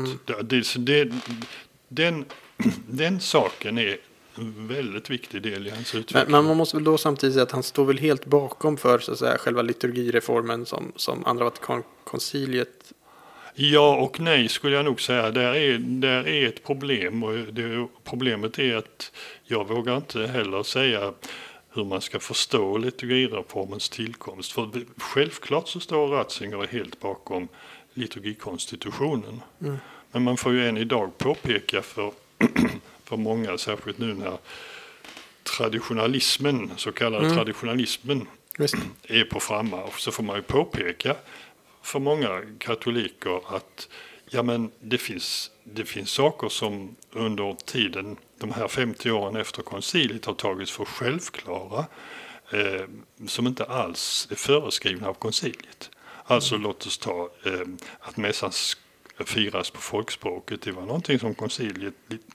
Speaker 2: Den saken är en väldigt viktig del i hans utveckling.
Speaker 1: Men man måste väl då samtidigt säga att han står väl helt bakom för så att säga själva liturgireformen som andra Vatikankonciliet.
Speaker 2: Ja och nej skulle jag nog säga. Där är ett problem, och problemet är att jag vågar inte heller säga hur man ska förstå liturgireformens tillkomst. För självklart så står Ratzinger helt bakom liturgikonstitutionen. Men man får ju än idag påpeka för många, särskilt nu när traditionalismen, så kallade traditionalismen, är på frammarsch, så får man ju påpeka för många katoliker att det finns saker som under tiden, de här 50 åren efter konciliet, har tagits för självklara som inte alls är föreskrivna av konciliet. Alltså låt oss ta att mässan firas på folkspråket. Det var någonting som konciliet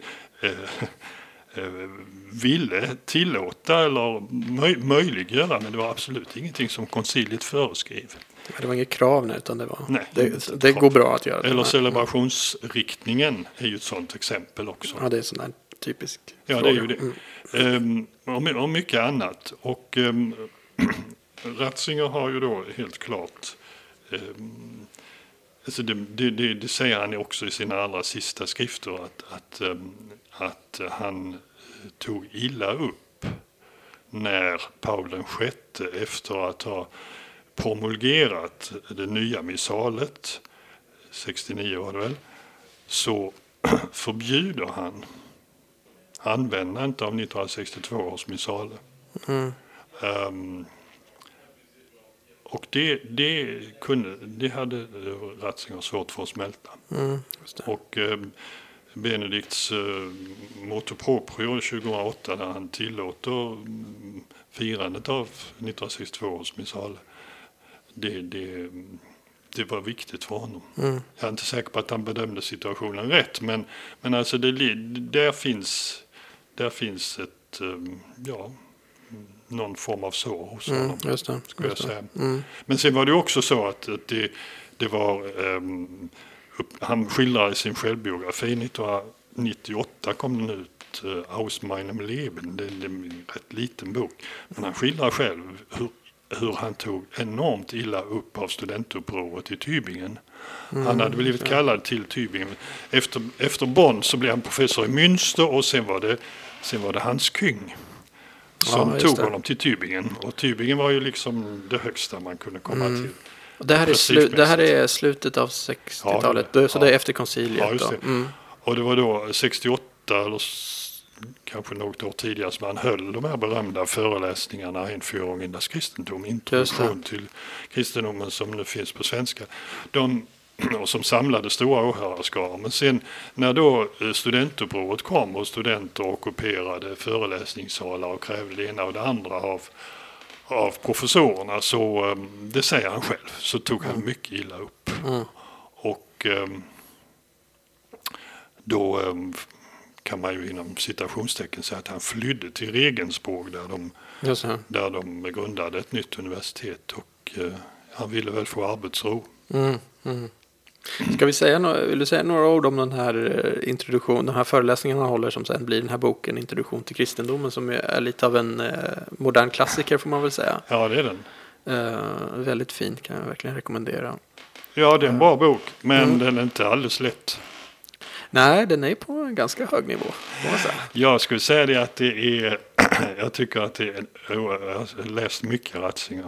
Speaker 2: ville tillåta eller möjliggöra, men det var absolut ingenting som konciliet föreskrev.
Speaker 1: Det var inget krav, utan det var det går bra att göra det.
Speaker 2: Eller celebrationsriktningen är ju ett sådant exempel också.
Speaker 1: Ja, det är sån här typisk
Speaker 2: fråga. Ja, det är ju det. Och mycket annat. Och Ratzinger har ju då helt klart, alltså det säger han också i sina allra sista skrifter, att han tog illa upp när Paul VI efter att ha promulgerat det nya missalet, 69 var det väl, så förbjuder han användandet av 1962 års missale. Och det hade Ratzinger svårt för att smälta. Och Benedikts motu proprio 2008, där han tillåter firandet av 1962 års missale, det var viktigt för honom. Jag är inte säker på att han bedömde situationen rätt, men alltså där finns ett någon form av sår hos honom, skulle jag säga. Men sen var det också så att det var han skildrar i sin självbiografi 1998 kom den ut, Aus meinem Leben, det är en rätt liten bok, men han skildrar själv hur han tog enormt illa upp av studentupproret i Tübingen. Han hade blivit kallad till Tübingen. Efter Bonn så blev han professor i Münster, och sen var det Hans Küng som tog honom till Tübingen. Och Tübingen var ju liksom det högsta man kunde komma till.
Speaker 1: Det här är slutet av 60-talet, så det är efter konciliet.
Speaker 2: Ja, och det var då 68 eller kanske något år tidigare som han höll de här berömda föreläsningarna Einführung in das Christentum, introduktion till kristendomen, som nu finns på svenska. Och som samlade stora åhörarskaror. Men sen när då studentupproret kom och studenter ockuperade föreläsningssalar och krävde det ena och det andra av professorerna, så det säger han själv, så tog han mycket illa upp. Och då kan man ju inom citationstecken säga att han flydde till Regensburg där de grundade ett nytt universitet, och han ville väl få arbetsro.
Speaker 1: Ska vi vill du säga några ord om den här introduktionen, den här föreläsningen han håller, som sen blir den här boken Introduktion till kristendomen, som är lite av en modern klassiker, får man väl säga.
Speaker 2: Ja, det är den.
Speaker 1: Väldigt fin, kan jag verkligen rekommendera.
Speaker 2: Ja, det är en bra bok, men den är inte alldeles lätt.
Speaker 1: Nej, den är på en ganska hög nivå.
Speaker 2: Jag skulle säga det att det är, jag tycker att det är, jag har läst mycket Ratzinger.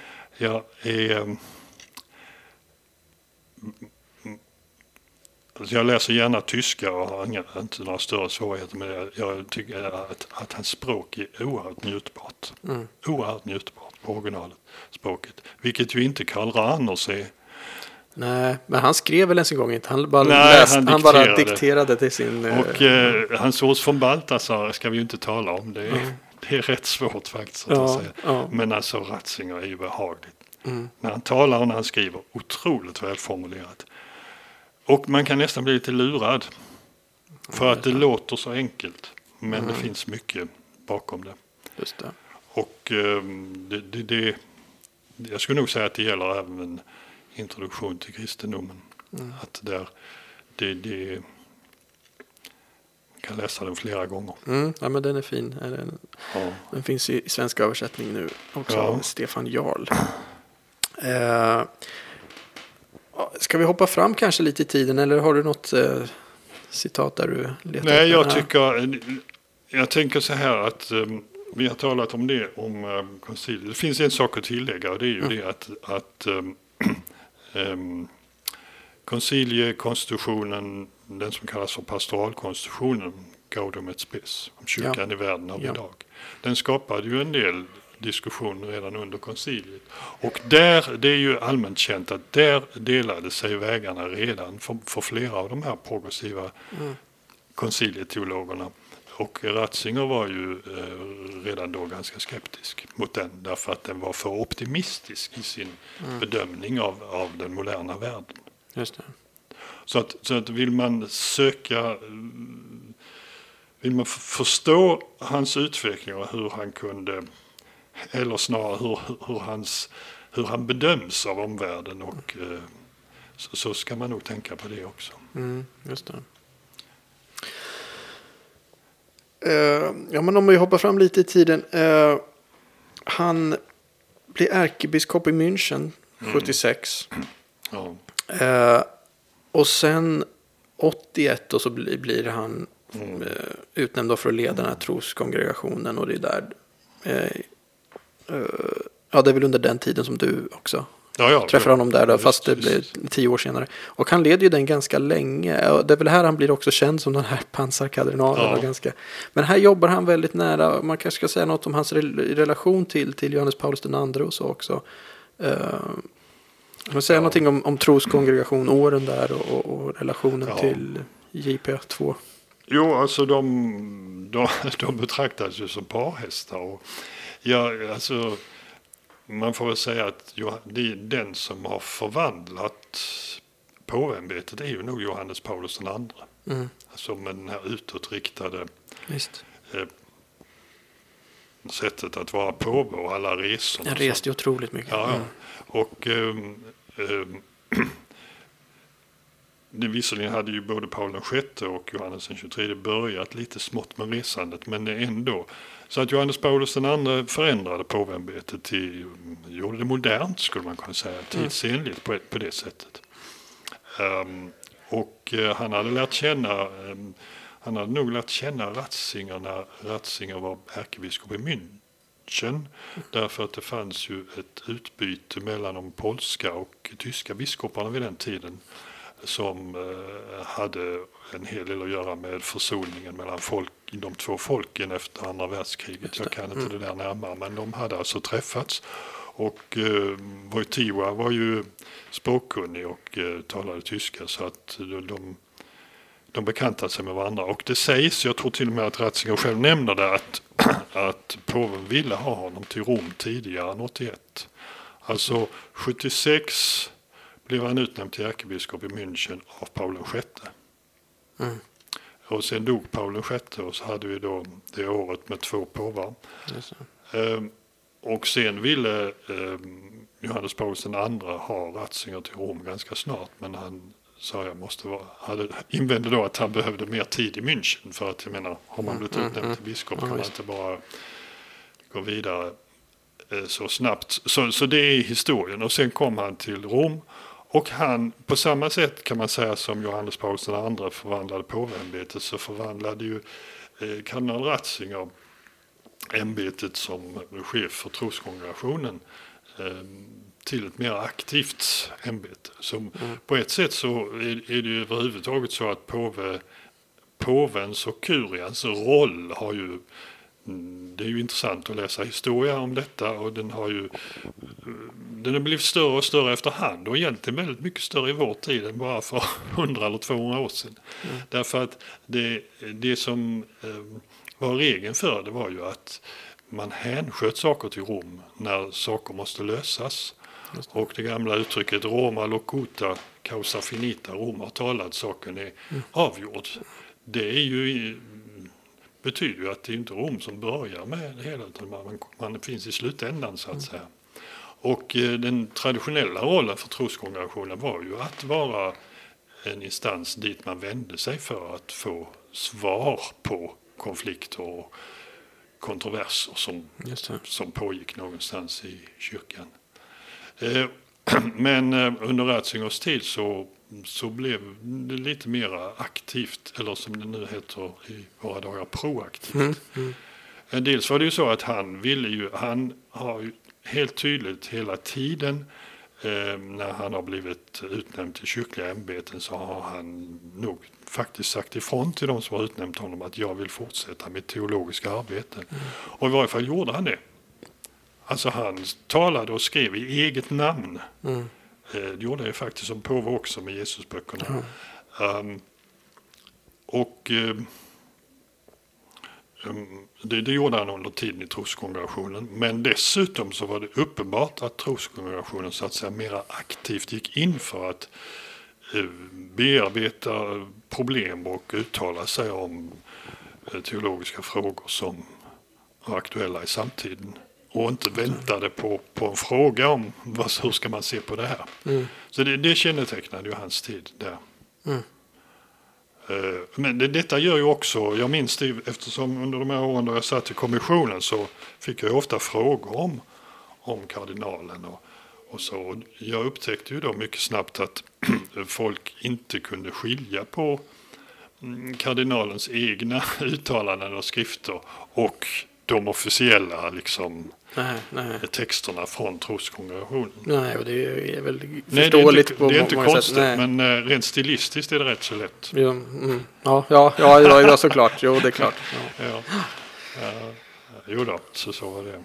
Speaker 2: Jag läser gärna tyska och har inte några större svårigheter med det. Jag tycker att hans språk är oerhört njutbart. Oerhört njutbart på originalet språket. Vilket ju inte Karl Rahners är.
Speaker 1: Nej, men han skrev väl ens en gång inte. Han bara dikterade till sin...
Speaker 2: Och hans Urs von Balthasar ska vi ju inte tala om. Det är rätt svårt faktiskt att säga. Ja. Men alltså Ratzinger är ju behagligt. När han talar och när han skriver, otroligt välformulerat. Och man kan nästan bli lite lurad. För att det låter så enkelt. Men det finns mycket bakom det.
Speaker 1: Just det.
Speaker 2: Och jag skulle nog säga att det gäller även en introduktion till kristendomen. Att man kan läsa den flera gånger.
Speaker 1: Ja, men den är fin. Den finns i svensk översättning nu också av Stefan Jarl. Ska vi hoppa fram kanske lite i tiden, eller har du något citat där du letar?
Speaker 2: Nej, jag tänker så här att vi har talat om det, om konciliet. Det finns en sak att tillägga, och det är ju det att konciliekonstitutionen, den som kallas för pastoralkonstitutionen, Gaudium et Spes, om kyrkan i världen av idag, den skapade ju en del diskussion redan under konciliet. Och det är ju allmänt känt att där delade sig vägarna redan för flera av de här progressiva koncilieteologerna. Och Ratzinger var ju redan då ganska skeptisk mot den, därför att den var för optimistisk i sin bedömning av den moderna världen.
Speaker 1: Just det.
Speaker 2: Så att vill man förstå hans utveckling och hur han kunde, eller snarare hur han bedöms av omvärlden, och så ska man nog tänka på det också.
Speaker 1: Just det. Men om vi hoppar fram lite i tiden. Han blir ärkebiskop i München 76.
Speaker 2: Ja.
Speaker 1: Och sen 81 och så blir han utnämnd för att leda den här troskongregationen. Och det är där... ja, det är väl under den tiden som du också träffar honom där då, fast det blir 10 år senare. Och han leder ju den ganska länge. Det är väl här han blir också känd som den här pansarkardinalen. Ja. Men här jobbar han väldigt nära. Man kanske ska säga något om hans relation till Johannes Paulus II och så också. Man säger någonting om troskongregation, åren där och relationen till JP2.
Speaker 2: Jo, alltså de betraktas ju som parhästar. Och alltså, man får väl säga att det är den som har förvandlat påveämbetet är ju nog Johannes Paulus II. Alltså med den här utåtriktade sättet att vara påve och alla resor.
Speaker 1: Jag reste otroligt mycket.
Speaker 2: Ja. Och visserligen hade ju både Paul VI och Johannes den 23 börjat lite smått med resandet, men ändå. Så att Johannes Paulus II förändrade påveämbetet gjorde det modernt, skulle man kunna säga, tidsenligt på det sättet. Och han hade nog lärt känna Ratzinger när Ratzinger var ärkebiskop i München, därför att det fanns ju ett utbyte mellan de polska och tyska biskoparna vid den tiden som hade en hel del att göra med försoningen mellan de två folken efter andra världskriget. Jag kan inte det där närmare, men de hade alltså träffats. Och Wojtyła var ju språkkunnig och talade tyska, så att de bekantade sig med varandra. Och det sägs, jag tror till och med att Ratzinger själv nämner det, att påven ville ha honom till Rom tidigare än 81. Alltså 76 blev han utnämnd till ärkebiskop i München av Paul VI. Och sen dog Paul VI och så hade vi då det året med 2 påvar. Och sen ville Johannes Paulus II ha Ratzinger till Rom ganska snart, men han sa invände då att han behövde mer tid i München, för att jag menar, har man blivit utnämnd till biskop kan man inte bara gå vidare så snabbt. Så det är historien. Och sen kom han till Rom. Och han, på samma sätt kan man säga som Johannes Paulus II förvandlade påveämbetet, så förvandlade ju kardinal Ratzinger ämbetet som chef för troskongregationen till ett mer aktivt ämbete. Så på ett sätt så är det ju överhuvudtaget så att påvens och kurians roll har ju, det är ju intressant att läsa historia om detta, och den har blivit större och större efterhand, och egentligen väldigt mycket större i vår tid än bara för 100 eller 200 år sedan. Därför att det som var regeln för det var ju att man hänsköt saker till Rom när saker måste lösas. Och det gamla uttrycket Roma locuta causa finita, Rom har talat, saken är avgjord. Det är ju, betyder ju att det är inte Rom som börjar med det hela, utan man finns i slutändan så att säga. Och den traditionella rollen för troskongregationen var ju att vara en instans dit man vände sig för att få svar på konflikter och kontroverser som pågick någonstans i kyrkan. Men under Ratzingers tid så blev det lite mer aktivt, eller som det nu heter i våra dagar, proaktivt. Dels var det ju så att han har ju helt tydligt hela tiden när han har blivit utnämnd till kyrkliga ämbeten, så har han nog faktiskt sagt ifrån till de som har utnämnt honom att jag vill fortsätta mitt teologiska arbete. Och i varje fall gjorde han det. Alltså han talade och skrev i eget namn. Det gjorde jag faktiskt som påve också med Jesusböckerna. Det gjorde han under tiden i troskongregationen. Men dessutom så var det uppenbart att troskongregationen så att säga mera aktivt gick in för att bearbeta problem och uttala sig om teologiska frågor som var aktuella i samtiden. Och inte väntade på en fråga om hur ska man se på det här. Så det kännetecknade ju hans tid där. Men detta gör ju också, jag minns det eftersom under de här åren då jag satt i kommissionen så fick jag ofta frågor om kardinalen och så. Jag upptäckte ju då mycket snabbt att folk inte kunde skilja på kardinalens egna uttalanden och skrifter och de officiella liksom texterna från troskongregationen.
Speaker 1: Nej, och det är väl förståeligt på många sätt.
Speaker 2: Det är inte konstigt, men rent stilistiskt är det rätt så lätt.
Speaker 1: Ja, såklart. Jo, det är klart. Ja.
Speaker 2: Jo då, så var det.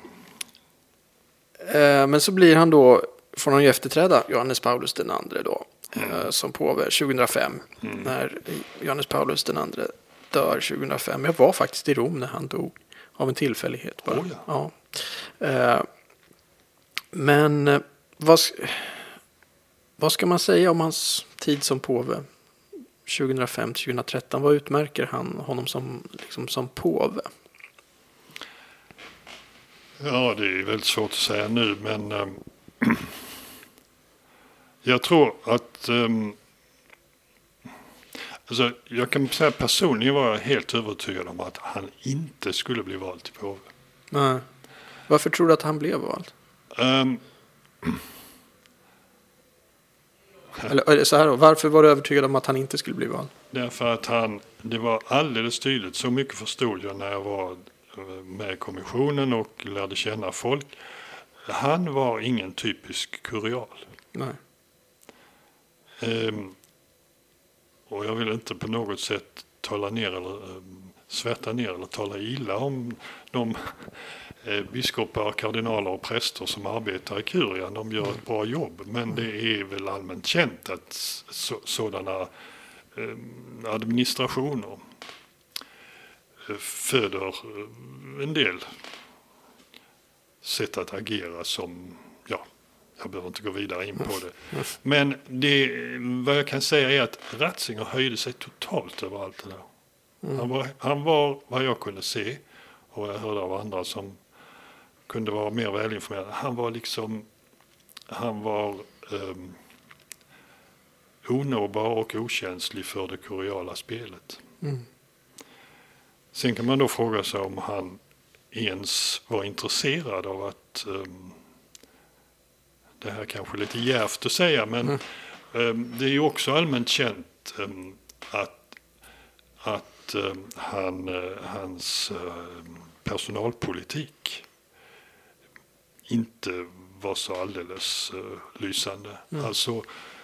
Speaker 1: Men så blir han då, får han ju efterträda Johannes Paulus den andre då, som påve 2005. När Johannes Paulus den andre dör 2005. Jag var faktiskt i Rom när han dog, av en tillfällighet bara. Ja. Men vad ska man säga om hans tid som påve 2005-2013? Vad utmärker honom som påve?
Speaker 2: Ja, det är väldigt svårt att säga nu, men jag tror att alltså, jag kan säga personligen var jag helt övertygad om att han inte skulle bli vald till påve.
Speaker 1: Nej. Varför tror du att han blev vald? Eller så här då, varför var du övertygad om att han inte skulle bli vald?
Speaker 2: Därför att det var alldeles tydligt, så mycket förstod jag när jag var med i kommissionen och lärde känna folk. Han var ingen typisk kurial.
Speaker 1: Nej.
Speaker 2: Och jag vill inte på något sätt tala ner eller svärta ner eller tala illa om de biskopar, kardinaler och präster som arbetar i kurian. De gör ett bra jobb, men det är väl allmänt känt att sådana administrationer föder en del sätt att agera som, jag behöver inte gå vidare in på det. Men vad jag kan säga är att Ratzinger höjde sig totalt över allt det där. Han var, vad jag kunde se, och jag hörde av andra som kunde vara mer välinformerade, han var onåbar och okänslig för det kuriala spelet. Sen kan man då fråga sig om han ens var intresserad av att, det här kanske är lite djärvt att säga, men det är ju också allmänt känt att hans personalpolitik inte var så alldeles lysande. Alltså,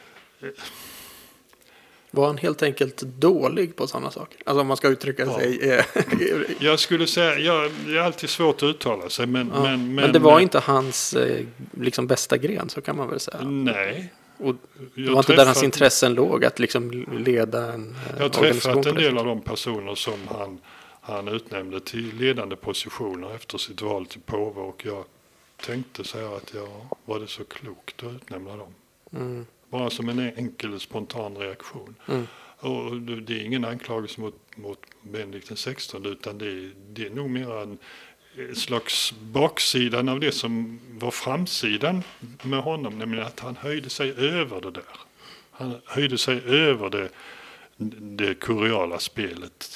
Speaker 1: var han helt enkelt dålig på sådana saker? Alltså om man ska uttrycka sig.
Speaker 2: Jag skulle säga, det är alltid svårt att uttala sig. Men
Speaker 1: det var inte hans liksom bästa gren, så kan man väl säga.
Speaker 2: Nej.
Speaker 1: Och det var inte där hans intressen låg, att liksom leda en
Speaker 2: Jag har träffat en del av de personer som han utnämnde till ledande positioner efter sitt val till påve, och jag tänkte säga att var det så klokt att utnämna dem? Bara som en enkel spontan reaktion. Och det är ingen anklagelse mot Benedikt XVI, utan det är nog mer en slags baksidan av det som var framsidan med honom, nämligen att han höjde sig över det där. Han höjde sig över det kuriala spelet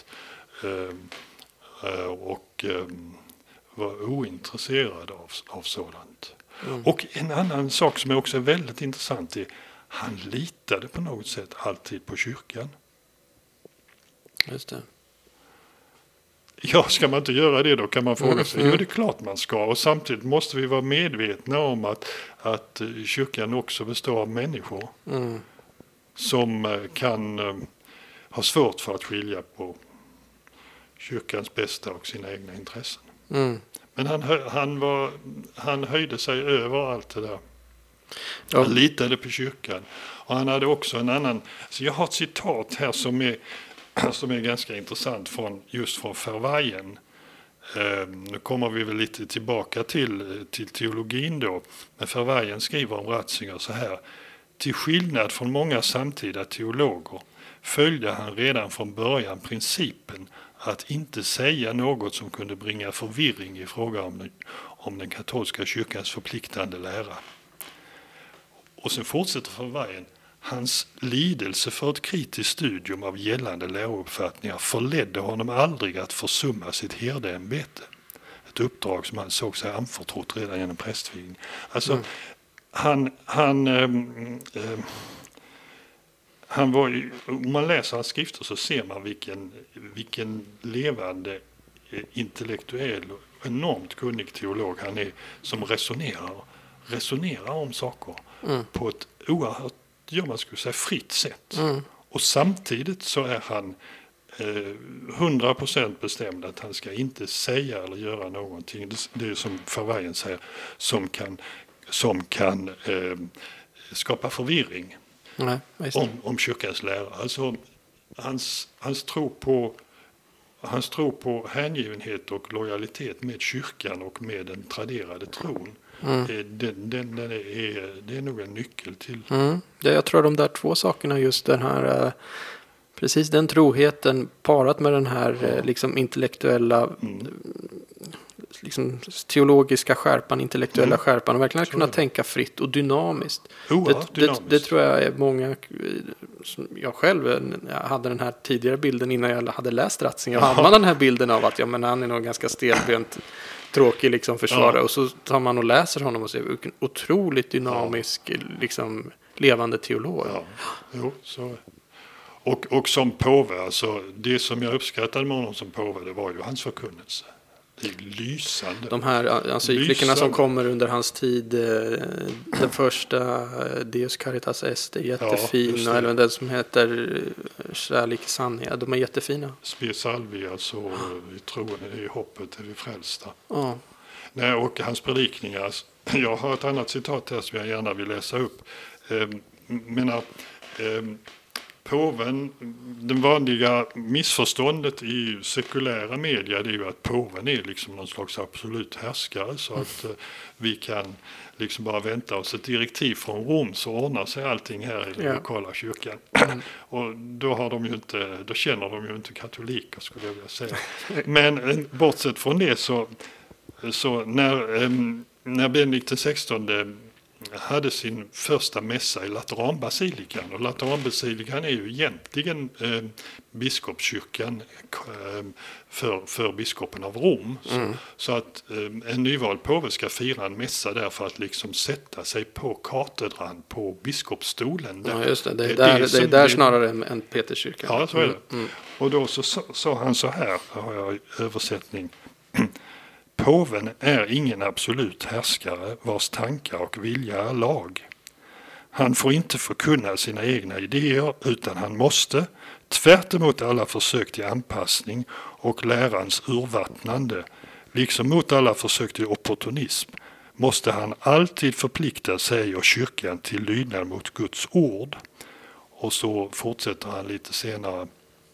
Speaker 2: och var ointresserad av sådant. Och en annan sak som är också väldigt intressant är han litade på något sätt alltid på kyrkan.
Speaker 1: Just det.
Speaker 2: Ja, ska man inte göra det då, kan man fråga sig. Jo, det är klart man ska. Och samtidigt måste vi vara medvetna om att kyrkan också består av människor som kan ha svårt för att skilja på kyrkans bästa och sina egna intressen. Men han höjde sig över allt det där. Han litade på kyrkan. Och han hade också en annan. Så jag har ett citat här som är ganska intressant från Verweyen. Nu kommer vi väl lite tillbaka till teologin då. Men Verweyen skriver om Ratzinger så här: till skillnad från många samtida teologer följde han redan från början principen att inte säga något som kunde bringa förvirring i fråga om den katolska kyrkans förpliktande lära. Och sen fortsätter Verweyen: hans lidelse för ett kritiskt studium av gällande lärouppfattningar förledde honom aldrig att försumma sitt herdeämbete. stort uppdrag som han såg sig anförtrott redan genom prästvigning. Alltså, han var ju, om man läser hans skrifter så ser man vilken levande intellektuell och enormt kunnig teolog han är, som resonerar om saker på ett oerhört, man skulle säga, fritt sätt. Och samtidigt så är han 100% bestämd att han ska inte säga eller göra någonting. Det är som Verweyen säger, som kan skapa förvirring.
Speaker 1: Nej,
Speaker 2: om kyrkans lära. Alltså hans tro på hängivenhet och lojalitet med kyrkan och med den traderade tron. Det är nog en nyckel till.
Speaker 1: Ja, jag tror de där två sakerna, just den här precis den troheten parat med den här liksom intellektuella liksom teologiska skärpan, intellektuella skärpan, och verkligen kunna tänka fritt och dynamiskt. Det tror jag är många, jag själv hade den här tidigare bilden innan jag hade läst Ratzinger, och hade man den här bilden av att han är nog ganska stelbent tråkig liksom försvarare, och så tar man och läser honom och ser vilken otroligt dynamisk liksom levande teolog.
Speaker 2: Så. Och som påve, alltså det som jag uppskattade med honom som påve, det var ju hans förkunnelse. Det är lysande.
Speaker 1: De här encyklikerna som kommer under hans tid, den första Deus Caritas Est är jättefin, eller den som heter Kärlek i sanning, de är jättefina.
Speaker 2: Spe salvi, alltså i troen, i hoppet är vi frälsta.
Speaker 1: Ja.
Speaker 2: Nej, och hans predikningar, jag har ett annat citat här som jag gärna vill läsa upp. Påven, den vanliga missförståndet i sekulära media, det är ju att påven är liksom någon slags absolut härskare, så att vi kan liksom bara vänta oss ett direktiv från Rom så ordnar sig allting här i den lokala kyrkan. Och då känner de ju inte katoliker, skulle jag vilja säga. Men bortsett från det så när Benedikt XVI hade sin första mässa i Lateranbasilikan, och Lateranbasilikan är ju egentligen biskopskyrkan för biskopen av Rom. Så att en nyvald påve ska fira en mässa där för att liksom sätta sig på katedran, på biskopsstolen.
Speaker 1: Ja, just det. Det är där snarare än Peterskyrkan.
Speaker 2: Ja, så är det. Och då så sa han så här, har jag översättning. Påven är ingen absolut härskare vars tankar och vilja är lag. Han får inte förkunna sina egna idéer, utan han måste, tvärt emot alla försök till anpassning och lärans urvattnande, liksom mot alla försök till opportunism, måste han alltid förplikta sig och kyrkan till lydnad mot Guds ord. Och så fortsätter han lite senare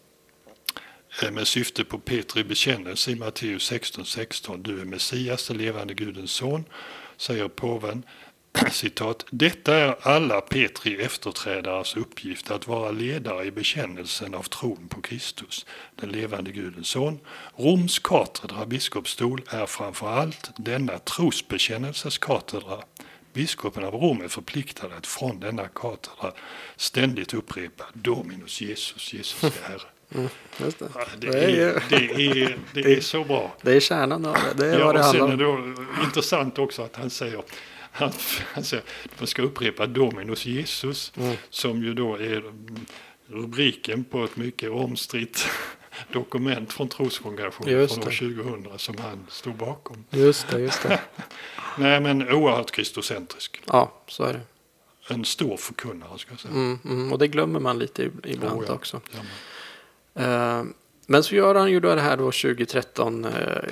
Speaker 2: med syfte på Petri bekännelse i Matteus 16:16. Du är Messias, den levande Gudens son, säger påven. Citat, detta är alla Petri efterträdares uppgift, att vara ledare i bekännelsen av tron på Kristus, den levande Gudens son. Roms katedra, biskopsstol, är framför allt denna trosbekännelses katedra. Biskopen av Rom är förpliktad att från denna katedra ständigt upprepa Dominus Jesus, Jesus är Herre.
Speaker 1: Just det.
Speaker 2: Det är så bra.
Speaker 1: Det är kärnan av det. Det är vad det handlar om.
Speaker 2: Sen är det intressant också att han säger att man ska upprepa Dominus Jesus, som ju då är rubriken på ett mycket omstritt dokument från Troskongregationen från år 2000 som han stod bakom.
Speaker 1: Just det.
Speaker 2: Nej, men oerhört kristocentrisk.
Speaker 1: Ja, så är det.
Speaker 2: En stor förkunnare, ska jag säga.
Speaker 1: Och det glömmer man lite ibland också.
Speaker 2: Ja,
Speaker 1: men så gör han ju då det här då 2013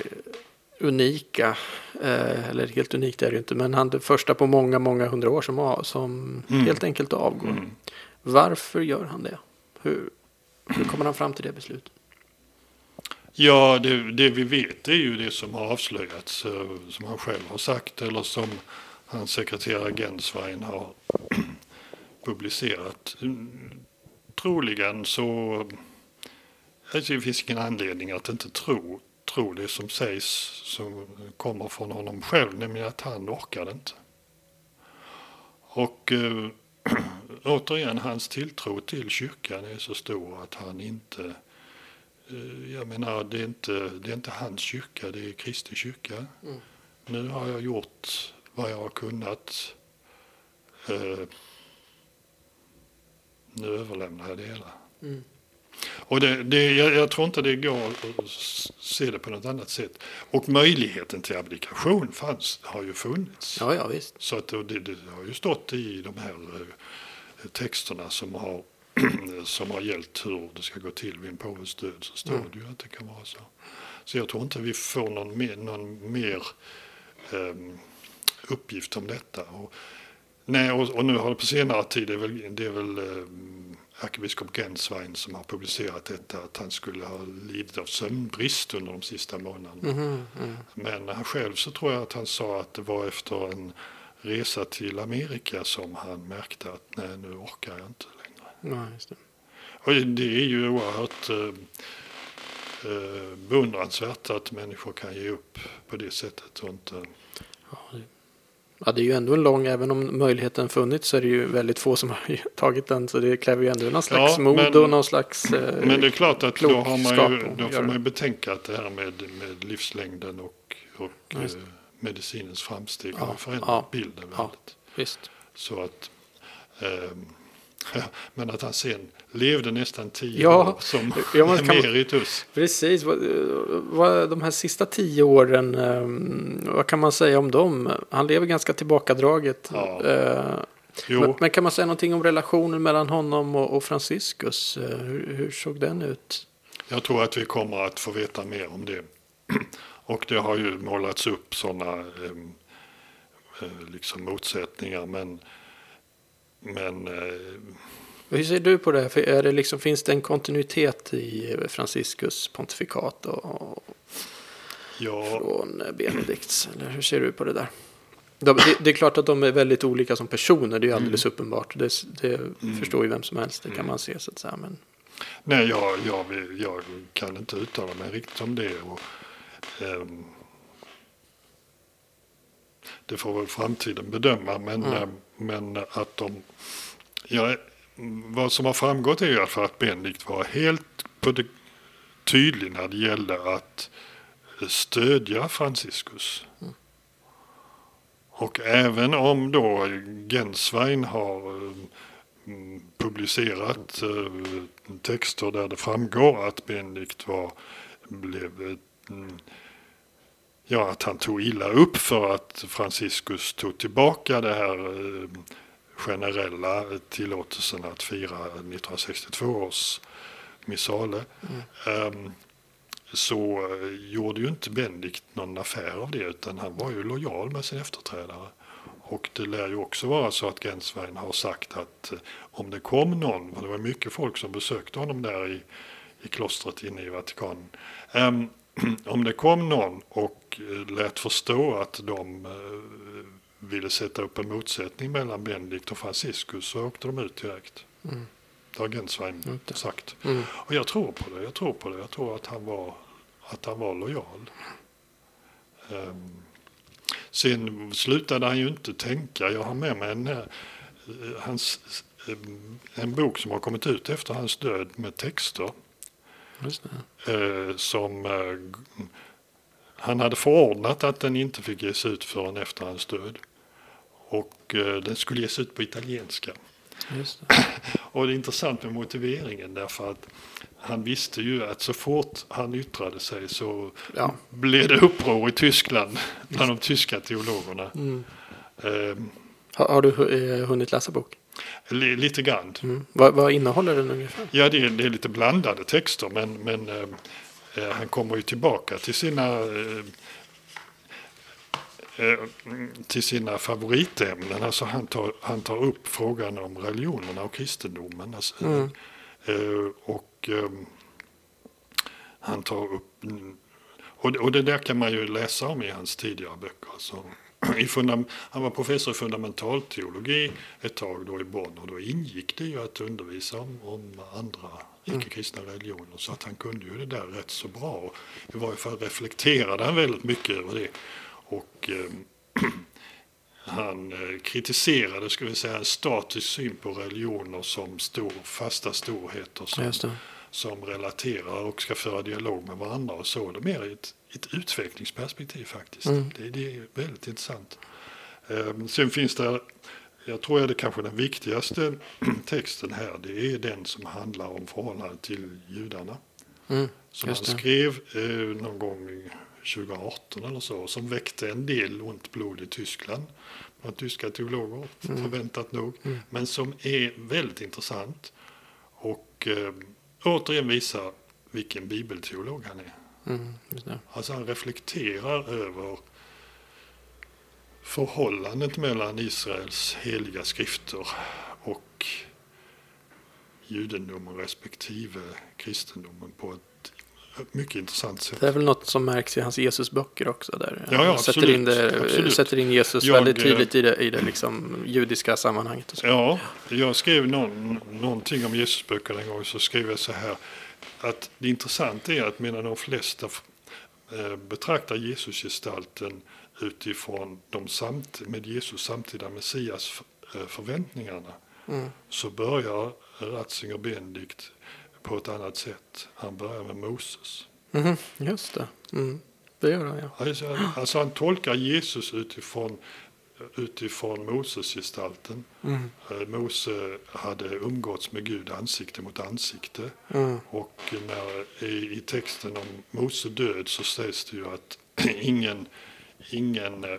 Speaker 1: unika, eller helt unikt är det ju inte, men han är det första på många 100 år som helt enkelt avgår. Varför gör han det? Hur kommer han fram till det beslutet?
Speaker 2: Ja, det vi vet är ju det som har avslöjats, som han själv har sagt, eller som hans sekreterare Genswein har publicerat. Troligen så det finns ingen anledning att inte tro det som sägs, som kommer från honom själv, nämligen att han orkar inte. Och återigen, hans tilltro till kyrkan är så stor att han inte Jag menar, det är inte hans kyrka, det är Kristi kyrka. Nu har jag gjort vad jag har kunnat. Nu överlämnar jag det hela. Och jag tror inte det går att se det på något annat sätt. Och möjligheten till abdikation har ju funnits.
Speaker 1: Ja, visst.
Speaker 2: Så att det har ju stått i de här texterna som har gällt hur det ska gå till vid en påves död, så står det ju att det kan vara så. Så jag tror inte vi får någon mer uppgift om detta. Och nu har det på senare tid, det är väl ärkebiskop Genswein som har publicerat detta, att han skulle ha lidit av sömnbrist under de sista månaderna. Men han själv så tror jag att han sa att det var efter en resa till Amerika som han märkte att nej, nu orkar jag inte längre.
Speaker 1: Ja, just det.
Speaker 2: Och det är ju oerhört beundransvärt att människor kan ge upp på det sättet. Och inte...
Speaker 1: Ja, det är ju ändå en lång, även om möjligheten funnits så är det ju väldigt få som har tagit den, så det kräver ju ändå någon slags mod och någon slags
Speaker 2: men det är klart att då får man ju betänka att det här med livslängden och medicinens framsteg har förändrat bilden väldigt.
Speaker 1: Visst.
Speaker 2: Så att men att han sen levde nästan 10 år som emeritus.
Speaker 1: Precis. De här sista 10 åren, vad kan man säga om dem? Han lever ganska tillbakadraget.
Speaker 2: Ja.
Speaker 1: Men kan man säga någonting om relationen mellan honom och Franciscus? Hur såg den ut?
Speaker 2: Jag tror att vi kommer att få veta mer om det. Och det har ju målats upp sådana liksom motsättningar, men
Speaker 1: hur ser du på det? För är det finns det en kontinuitet i Franciscus pontifikat från Benedikts? Eller hur ser du på det där? Det är klart att de är väldigt olika som personer, det är ju alldeles uppenbart. Det förstår ju vem som helst, det kan man se så att säga. Men...
Speaker 2: Nej, jag kan inte uttala mig riktigt om det. Och, det får väl framtiden bedöma, men att vad som har framgått är ju att Benedikt var helt tydlig när det gällde att stödja Franciscus. Och även om då Genswein har publicerat texter där det framgår att Benedikt att han tog illa upp för att Franciscus tog tillbaka det här generella tillåtelsen att fira 1962 års missale, så gjorde ju inte Benedikt någon affär av det, utan han var ju lojal med sin efterträdare. Och det lär ju också vara så att Genswein har sagt att om det kom någon, det var mycket folk som besökte honom där i klostret inne i Vatikanen, om det kom någon och lät förstå att de ville sätta upp en motsättning mellan Benedikt och Franciscus, så åkte de ut direkt. Det har Genswein sagt. Och jag tror på det. Jag tror att han var lojal. Sen slutade han ju inte tänka. Jag har med mig en bok som har kommit ut efter hans död med texter.
Speaker 1: Just det.
Speaker 2: Som han hade förordnat att den inte fick ges ut förrän efter hans död. Och den skulle ges ut på italienska.
Speaker 1: Just det.
Speaker 2: Och det är intressant med motiveringen, därför att han visste ju att så fort han yttrade sig så blev det uppror i Tyskland bland de tyska teologerna.
Speaker 1: Har du hunnit läsa bok?
Speaker 2: Lite grann.
Speaker 1: Vad innehåller den ungefär?
Speaker 2: Ja, det är lite blandade texter, men han kommer ju tillbaka till sina favoritämnen. Alltså han tar upp frågan om religionerna och kristendomen. Alltså, och han tar upp... Och det där kan man ju läsa om i hans tidigare böcker. Alltså, han var professor i fundamentalteologi ett tag då i Bonn, och då ingick det ju att undervisa om andra icke-kristna religioner, så att han kunde ju det där rätt så bra. I varje fall reflekterade han väldigt mycket över det. Och han kritiserade, ska vi säga, en statisk syn på religioner som fasta storheter som relaterar och ska föra dialog med varandra och så. Det är mer ett utvecklingsperspektiv faktiskt. Det är väldigt intressant. Sen finns det, jag tror att det kanske den viktigaste texten här, det är den som handlar om förhållandet till judarna. Som han skrev någon gång 2018 eller så, som väckte en del ont blod i Tyskland. Av tyska teologer, förväntat nog. Men som är väldigt intressant och återigen visar vilken bibelteolog han är. Alltså han reflekterar över förhållandet mellan Israels heliga skrifter och judendomen respektive kristendomen på ett mycket intressant sätt.
Speaker 1: Det är väl något som märks i hans Jesusböcker också. Där
Speaker 2: ja,
Speaker 1: sätter in Jesus väldigt tydligt i det liksom judiska sammanhanget. Och så.
Speaker 2: Ja, jag skrev någonting om Jesusböcker en gång, så skrev jag så här att det intressanta är att medan de flesta betraktar Jesusgestalten utifrån med Jesus samtida Messias förväntningarna, så börjar Ratzinger Benedikt på ett annat sätt. Han börjar med Moses.
Speaker 1: Just det. Det gör han, ja.
Speaker 2: Alltså han tolkar Jesus utifrån Moses-gestalten. Mose hade umgåtts med Gud ansikte mot ansikte. Och i texten om Mose död så sägs det ju att ingen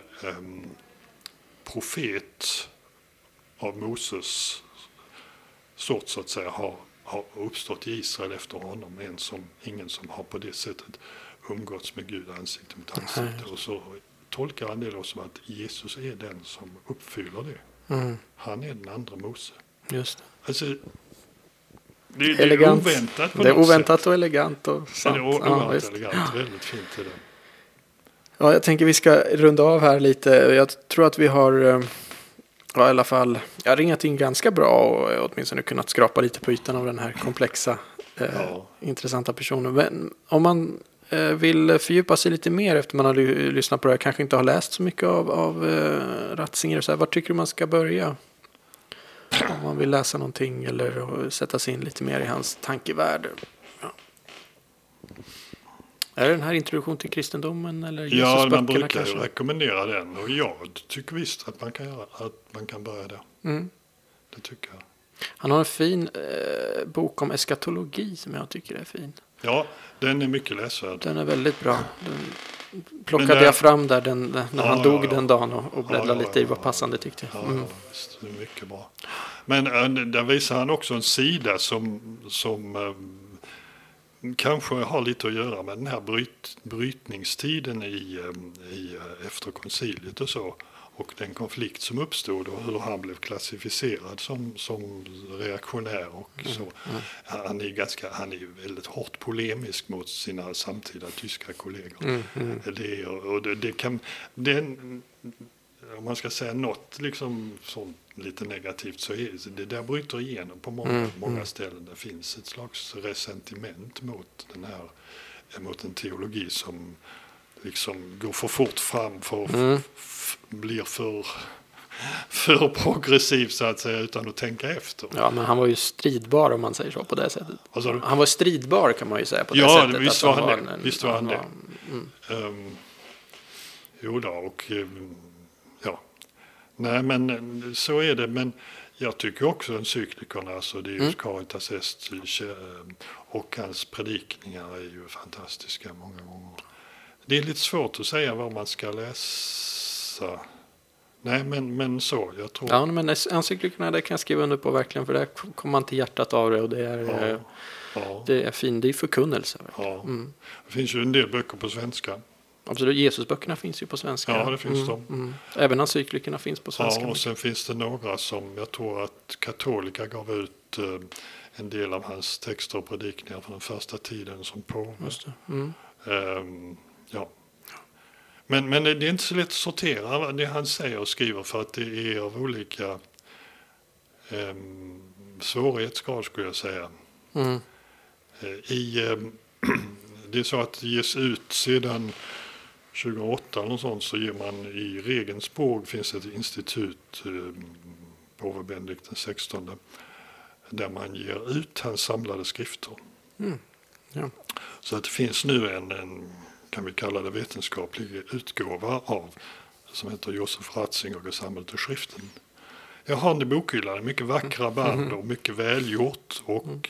Speaker 2: profet av Moses sort så att säga har uppstått i Israel efter honom, ingen som har på det sättet umgåtts med Gud ansikte mot ansikte. Och så tolkar han det då som att Jesus är den som uppfyller det. Han är den andra Mose.
Speaker 1: Just det.
Speaker 2: Alltså, det är oväntat på något sätt.
Speaker 1: Det är oväntat och elegant och sant.
Speaker 2: Det är oväntat och elegant, väldigt fint i det.
Speaker 1: Ja, jag tänker vi ska runda av här lite. Jag tror att vi har i alla fall ringat in ganska bra och åtminstone kunnat skrapa lite på ytan av den här komplexa, intressanta personen. Men om man vill fördjupa sig lite mer efter man har lyssnat på det här, kanske inte har läst så mycket av Ratzinger, så här, var tycker du man ska börja? Om man vill läsa någonting eller sätta sig in lite mer i hans tankevärld. Ja. Är det den här introduktion till kristendomen eller Jesusböckerna?
Speaker 2: Ja, man brukar
Speaker 1: kanske
Speaker 2: rekommendera den, och jag tycker visst att man kan börja där. Det tycker jag.
Speaker 1: Han har en fin bok om eskatologi som jag tycker är fin.
Speaker 2: Ja, den är mycket läsvärd.
Speaker 1: Den är väldigt bra. Den plockade jag fram där när han dog den dagen och bläddrade lite i vad passande tyckte jag.
Speaker 2: Ja, det är mycket bra. Men där visar han också en sida som kanske har lite att göra med den här brytningstiden i efter konciliet och så. Och den konflikt som uppstod och hur han blev klassificerad som reaktionär och så. Han är väldigt hårt polemisk mot sina samtida tyska kollegor. Om man ska säga något liksom sånt lite negativt, så är det där bryter igenom på många ställen. Det finns ett slags resentiment mot en teologi som liksom går för fort fram, blir för progressiv så att säga, utan att tänka efter.
Speaker 1: Ja, men han var ju stridbar om man säger så på det sättet. Han var stridbar kan man ju säga på det sättet.
Speaker 2: Ja, visst var han det. Jo då, och ja. Nej, men så är det. Men jag tycker också encyklikerna, alltså det är ju Caritas Est och hans predikningar är ju fantastiska många gånger. Det är lite svårt att säga vad man ska läsa. Nej, men så, jag tror.
Speaker 1: Ja, men encyklikerna, det kan jag skriva under på verkligen, för där kommer man till hjärtat av det, och det är fint, det är förkunnelse.
Speaker 2: Ja. Det finns ju en del böcker på svenska.
Speaker 1: Absolut, Jesusböckerna finns ju på svenska.
Speaker 2: Ja, det finns de.
Speaker 1: Även encyklikerna finns på svenska.
Speaker 2: Ja, och sen finns det några som jag tror att katolika gav ut en del av hans texter och predikningar från den första tiden som påve.
Speaker 1: Just det.
Speaker 2: Ja. Men det är inte så lätt att sortera det han säger och skriver, för att det är av olika svårighetsgrad, skulle jag säga. Det är så att det ges ut sedan 2008 eller sånt, så ger man i Regensburg, finns ett institut, påve Benedikt XVI, där man ger ut hans samlade skrifter.
Speaker 1: Ja.
Speaker 2: Så att det finns nu en kan vi kalla det vetenskaplig utgåva av som heter Josef Ratzinger gesammelt och Schriften. Jag har en bokhylla, mycket vackra band och mycket välgjort och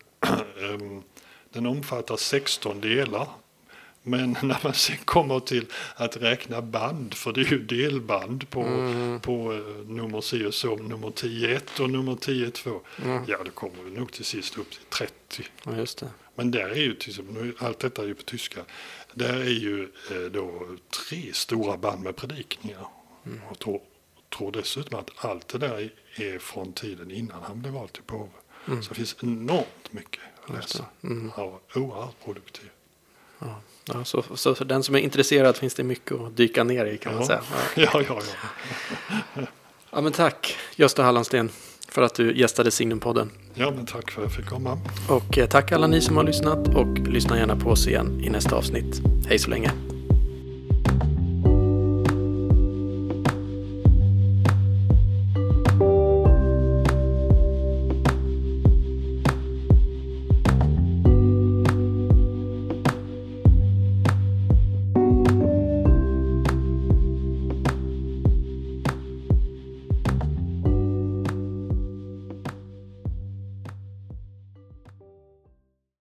Speaker 2: den omfattar 16 delar. Men när man sen kommer till att räkna band, för det är ju delband på nummer C och så, nummer 10.1 och nummer 10.2. Ja, det kommer nog till sist upp till 30.
Speaker 1: Ja, just det.
Speaker 2: Men där är ju, allt detta är ju på tyska, där är ju då 3 stora band med predikningar. Och tror dessutom att allt det där är från tiden innan han blev vald till påve. Så det finns enormt mycket att läsa. Ja, oerhört produktiv.
Speaker 1: Ja, så för den som är intresserad finns det mycket att dyka ner i, kan man säga.
Speaker 2: Ja.
Speaker 1: Ja, men tack Gösta Hallandsten för att du gästade Signumpodden.
Speaker 2: Ja, men tack för att jag fick komma.
Speaker 1: Och tack alla ni som har lyssnat, och lyssna gärna på oss igen i nästa avsnitt. Hej så länge.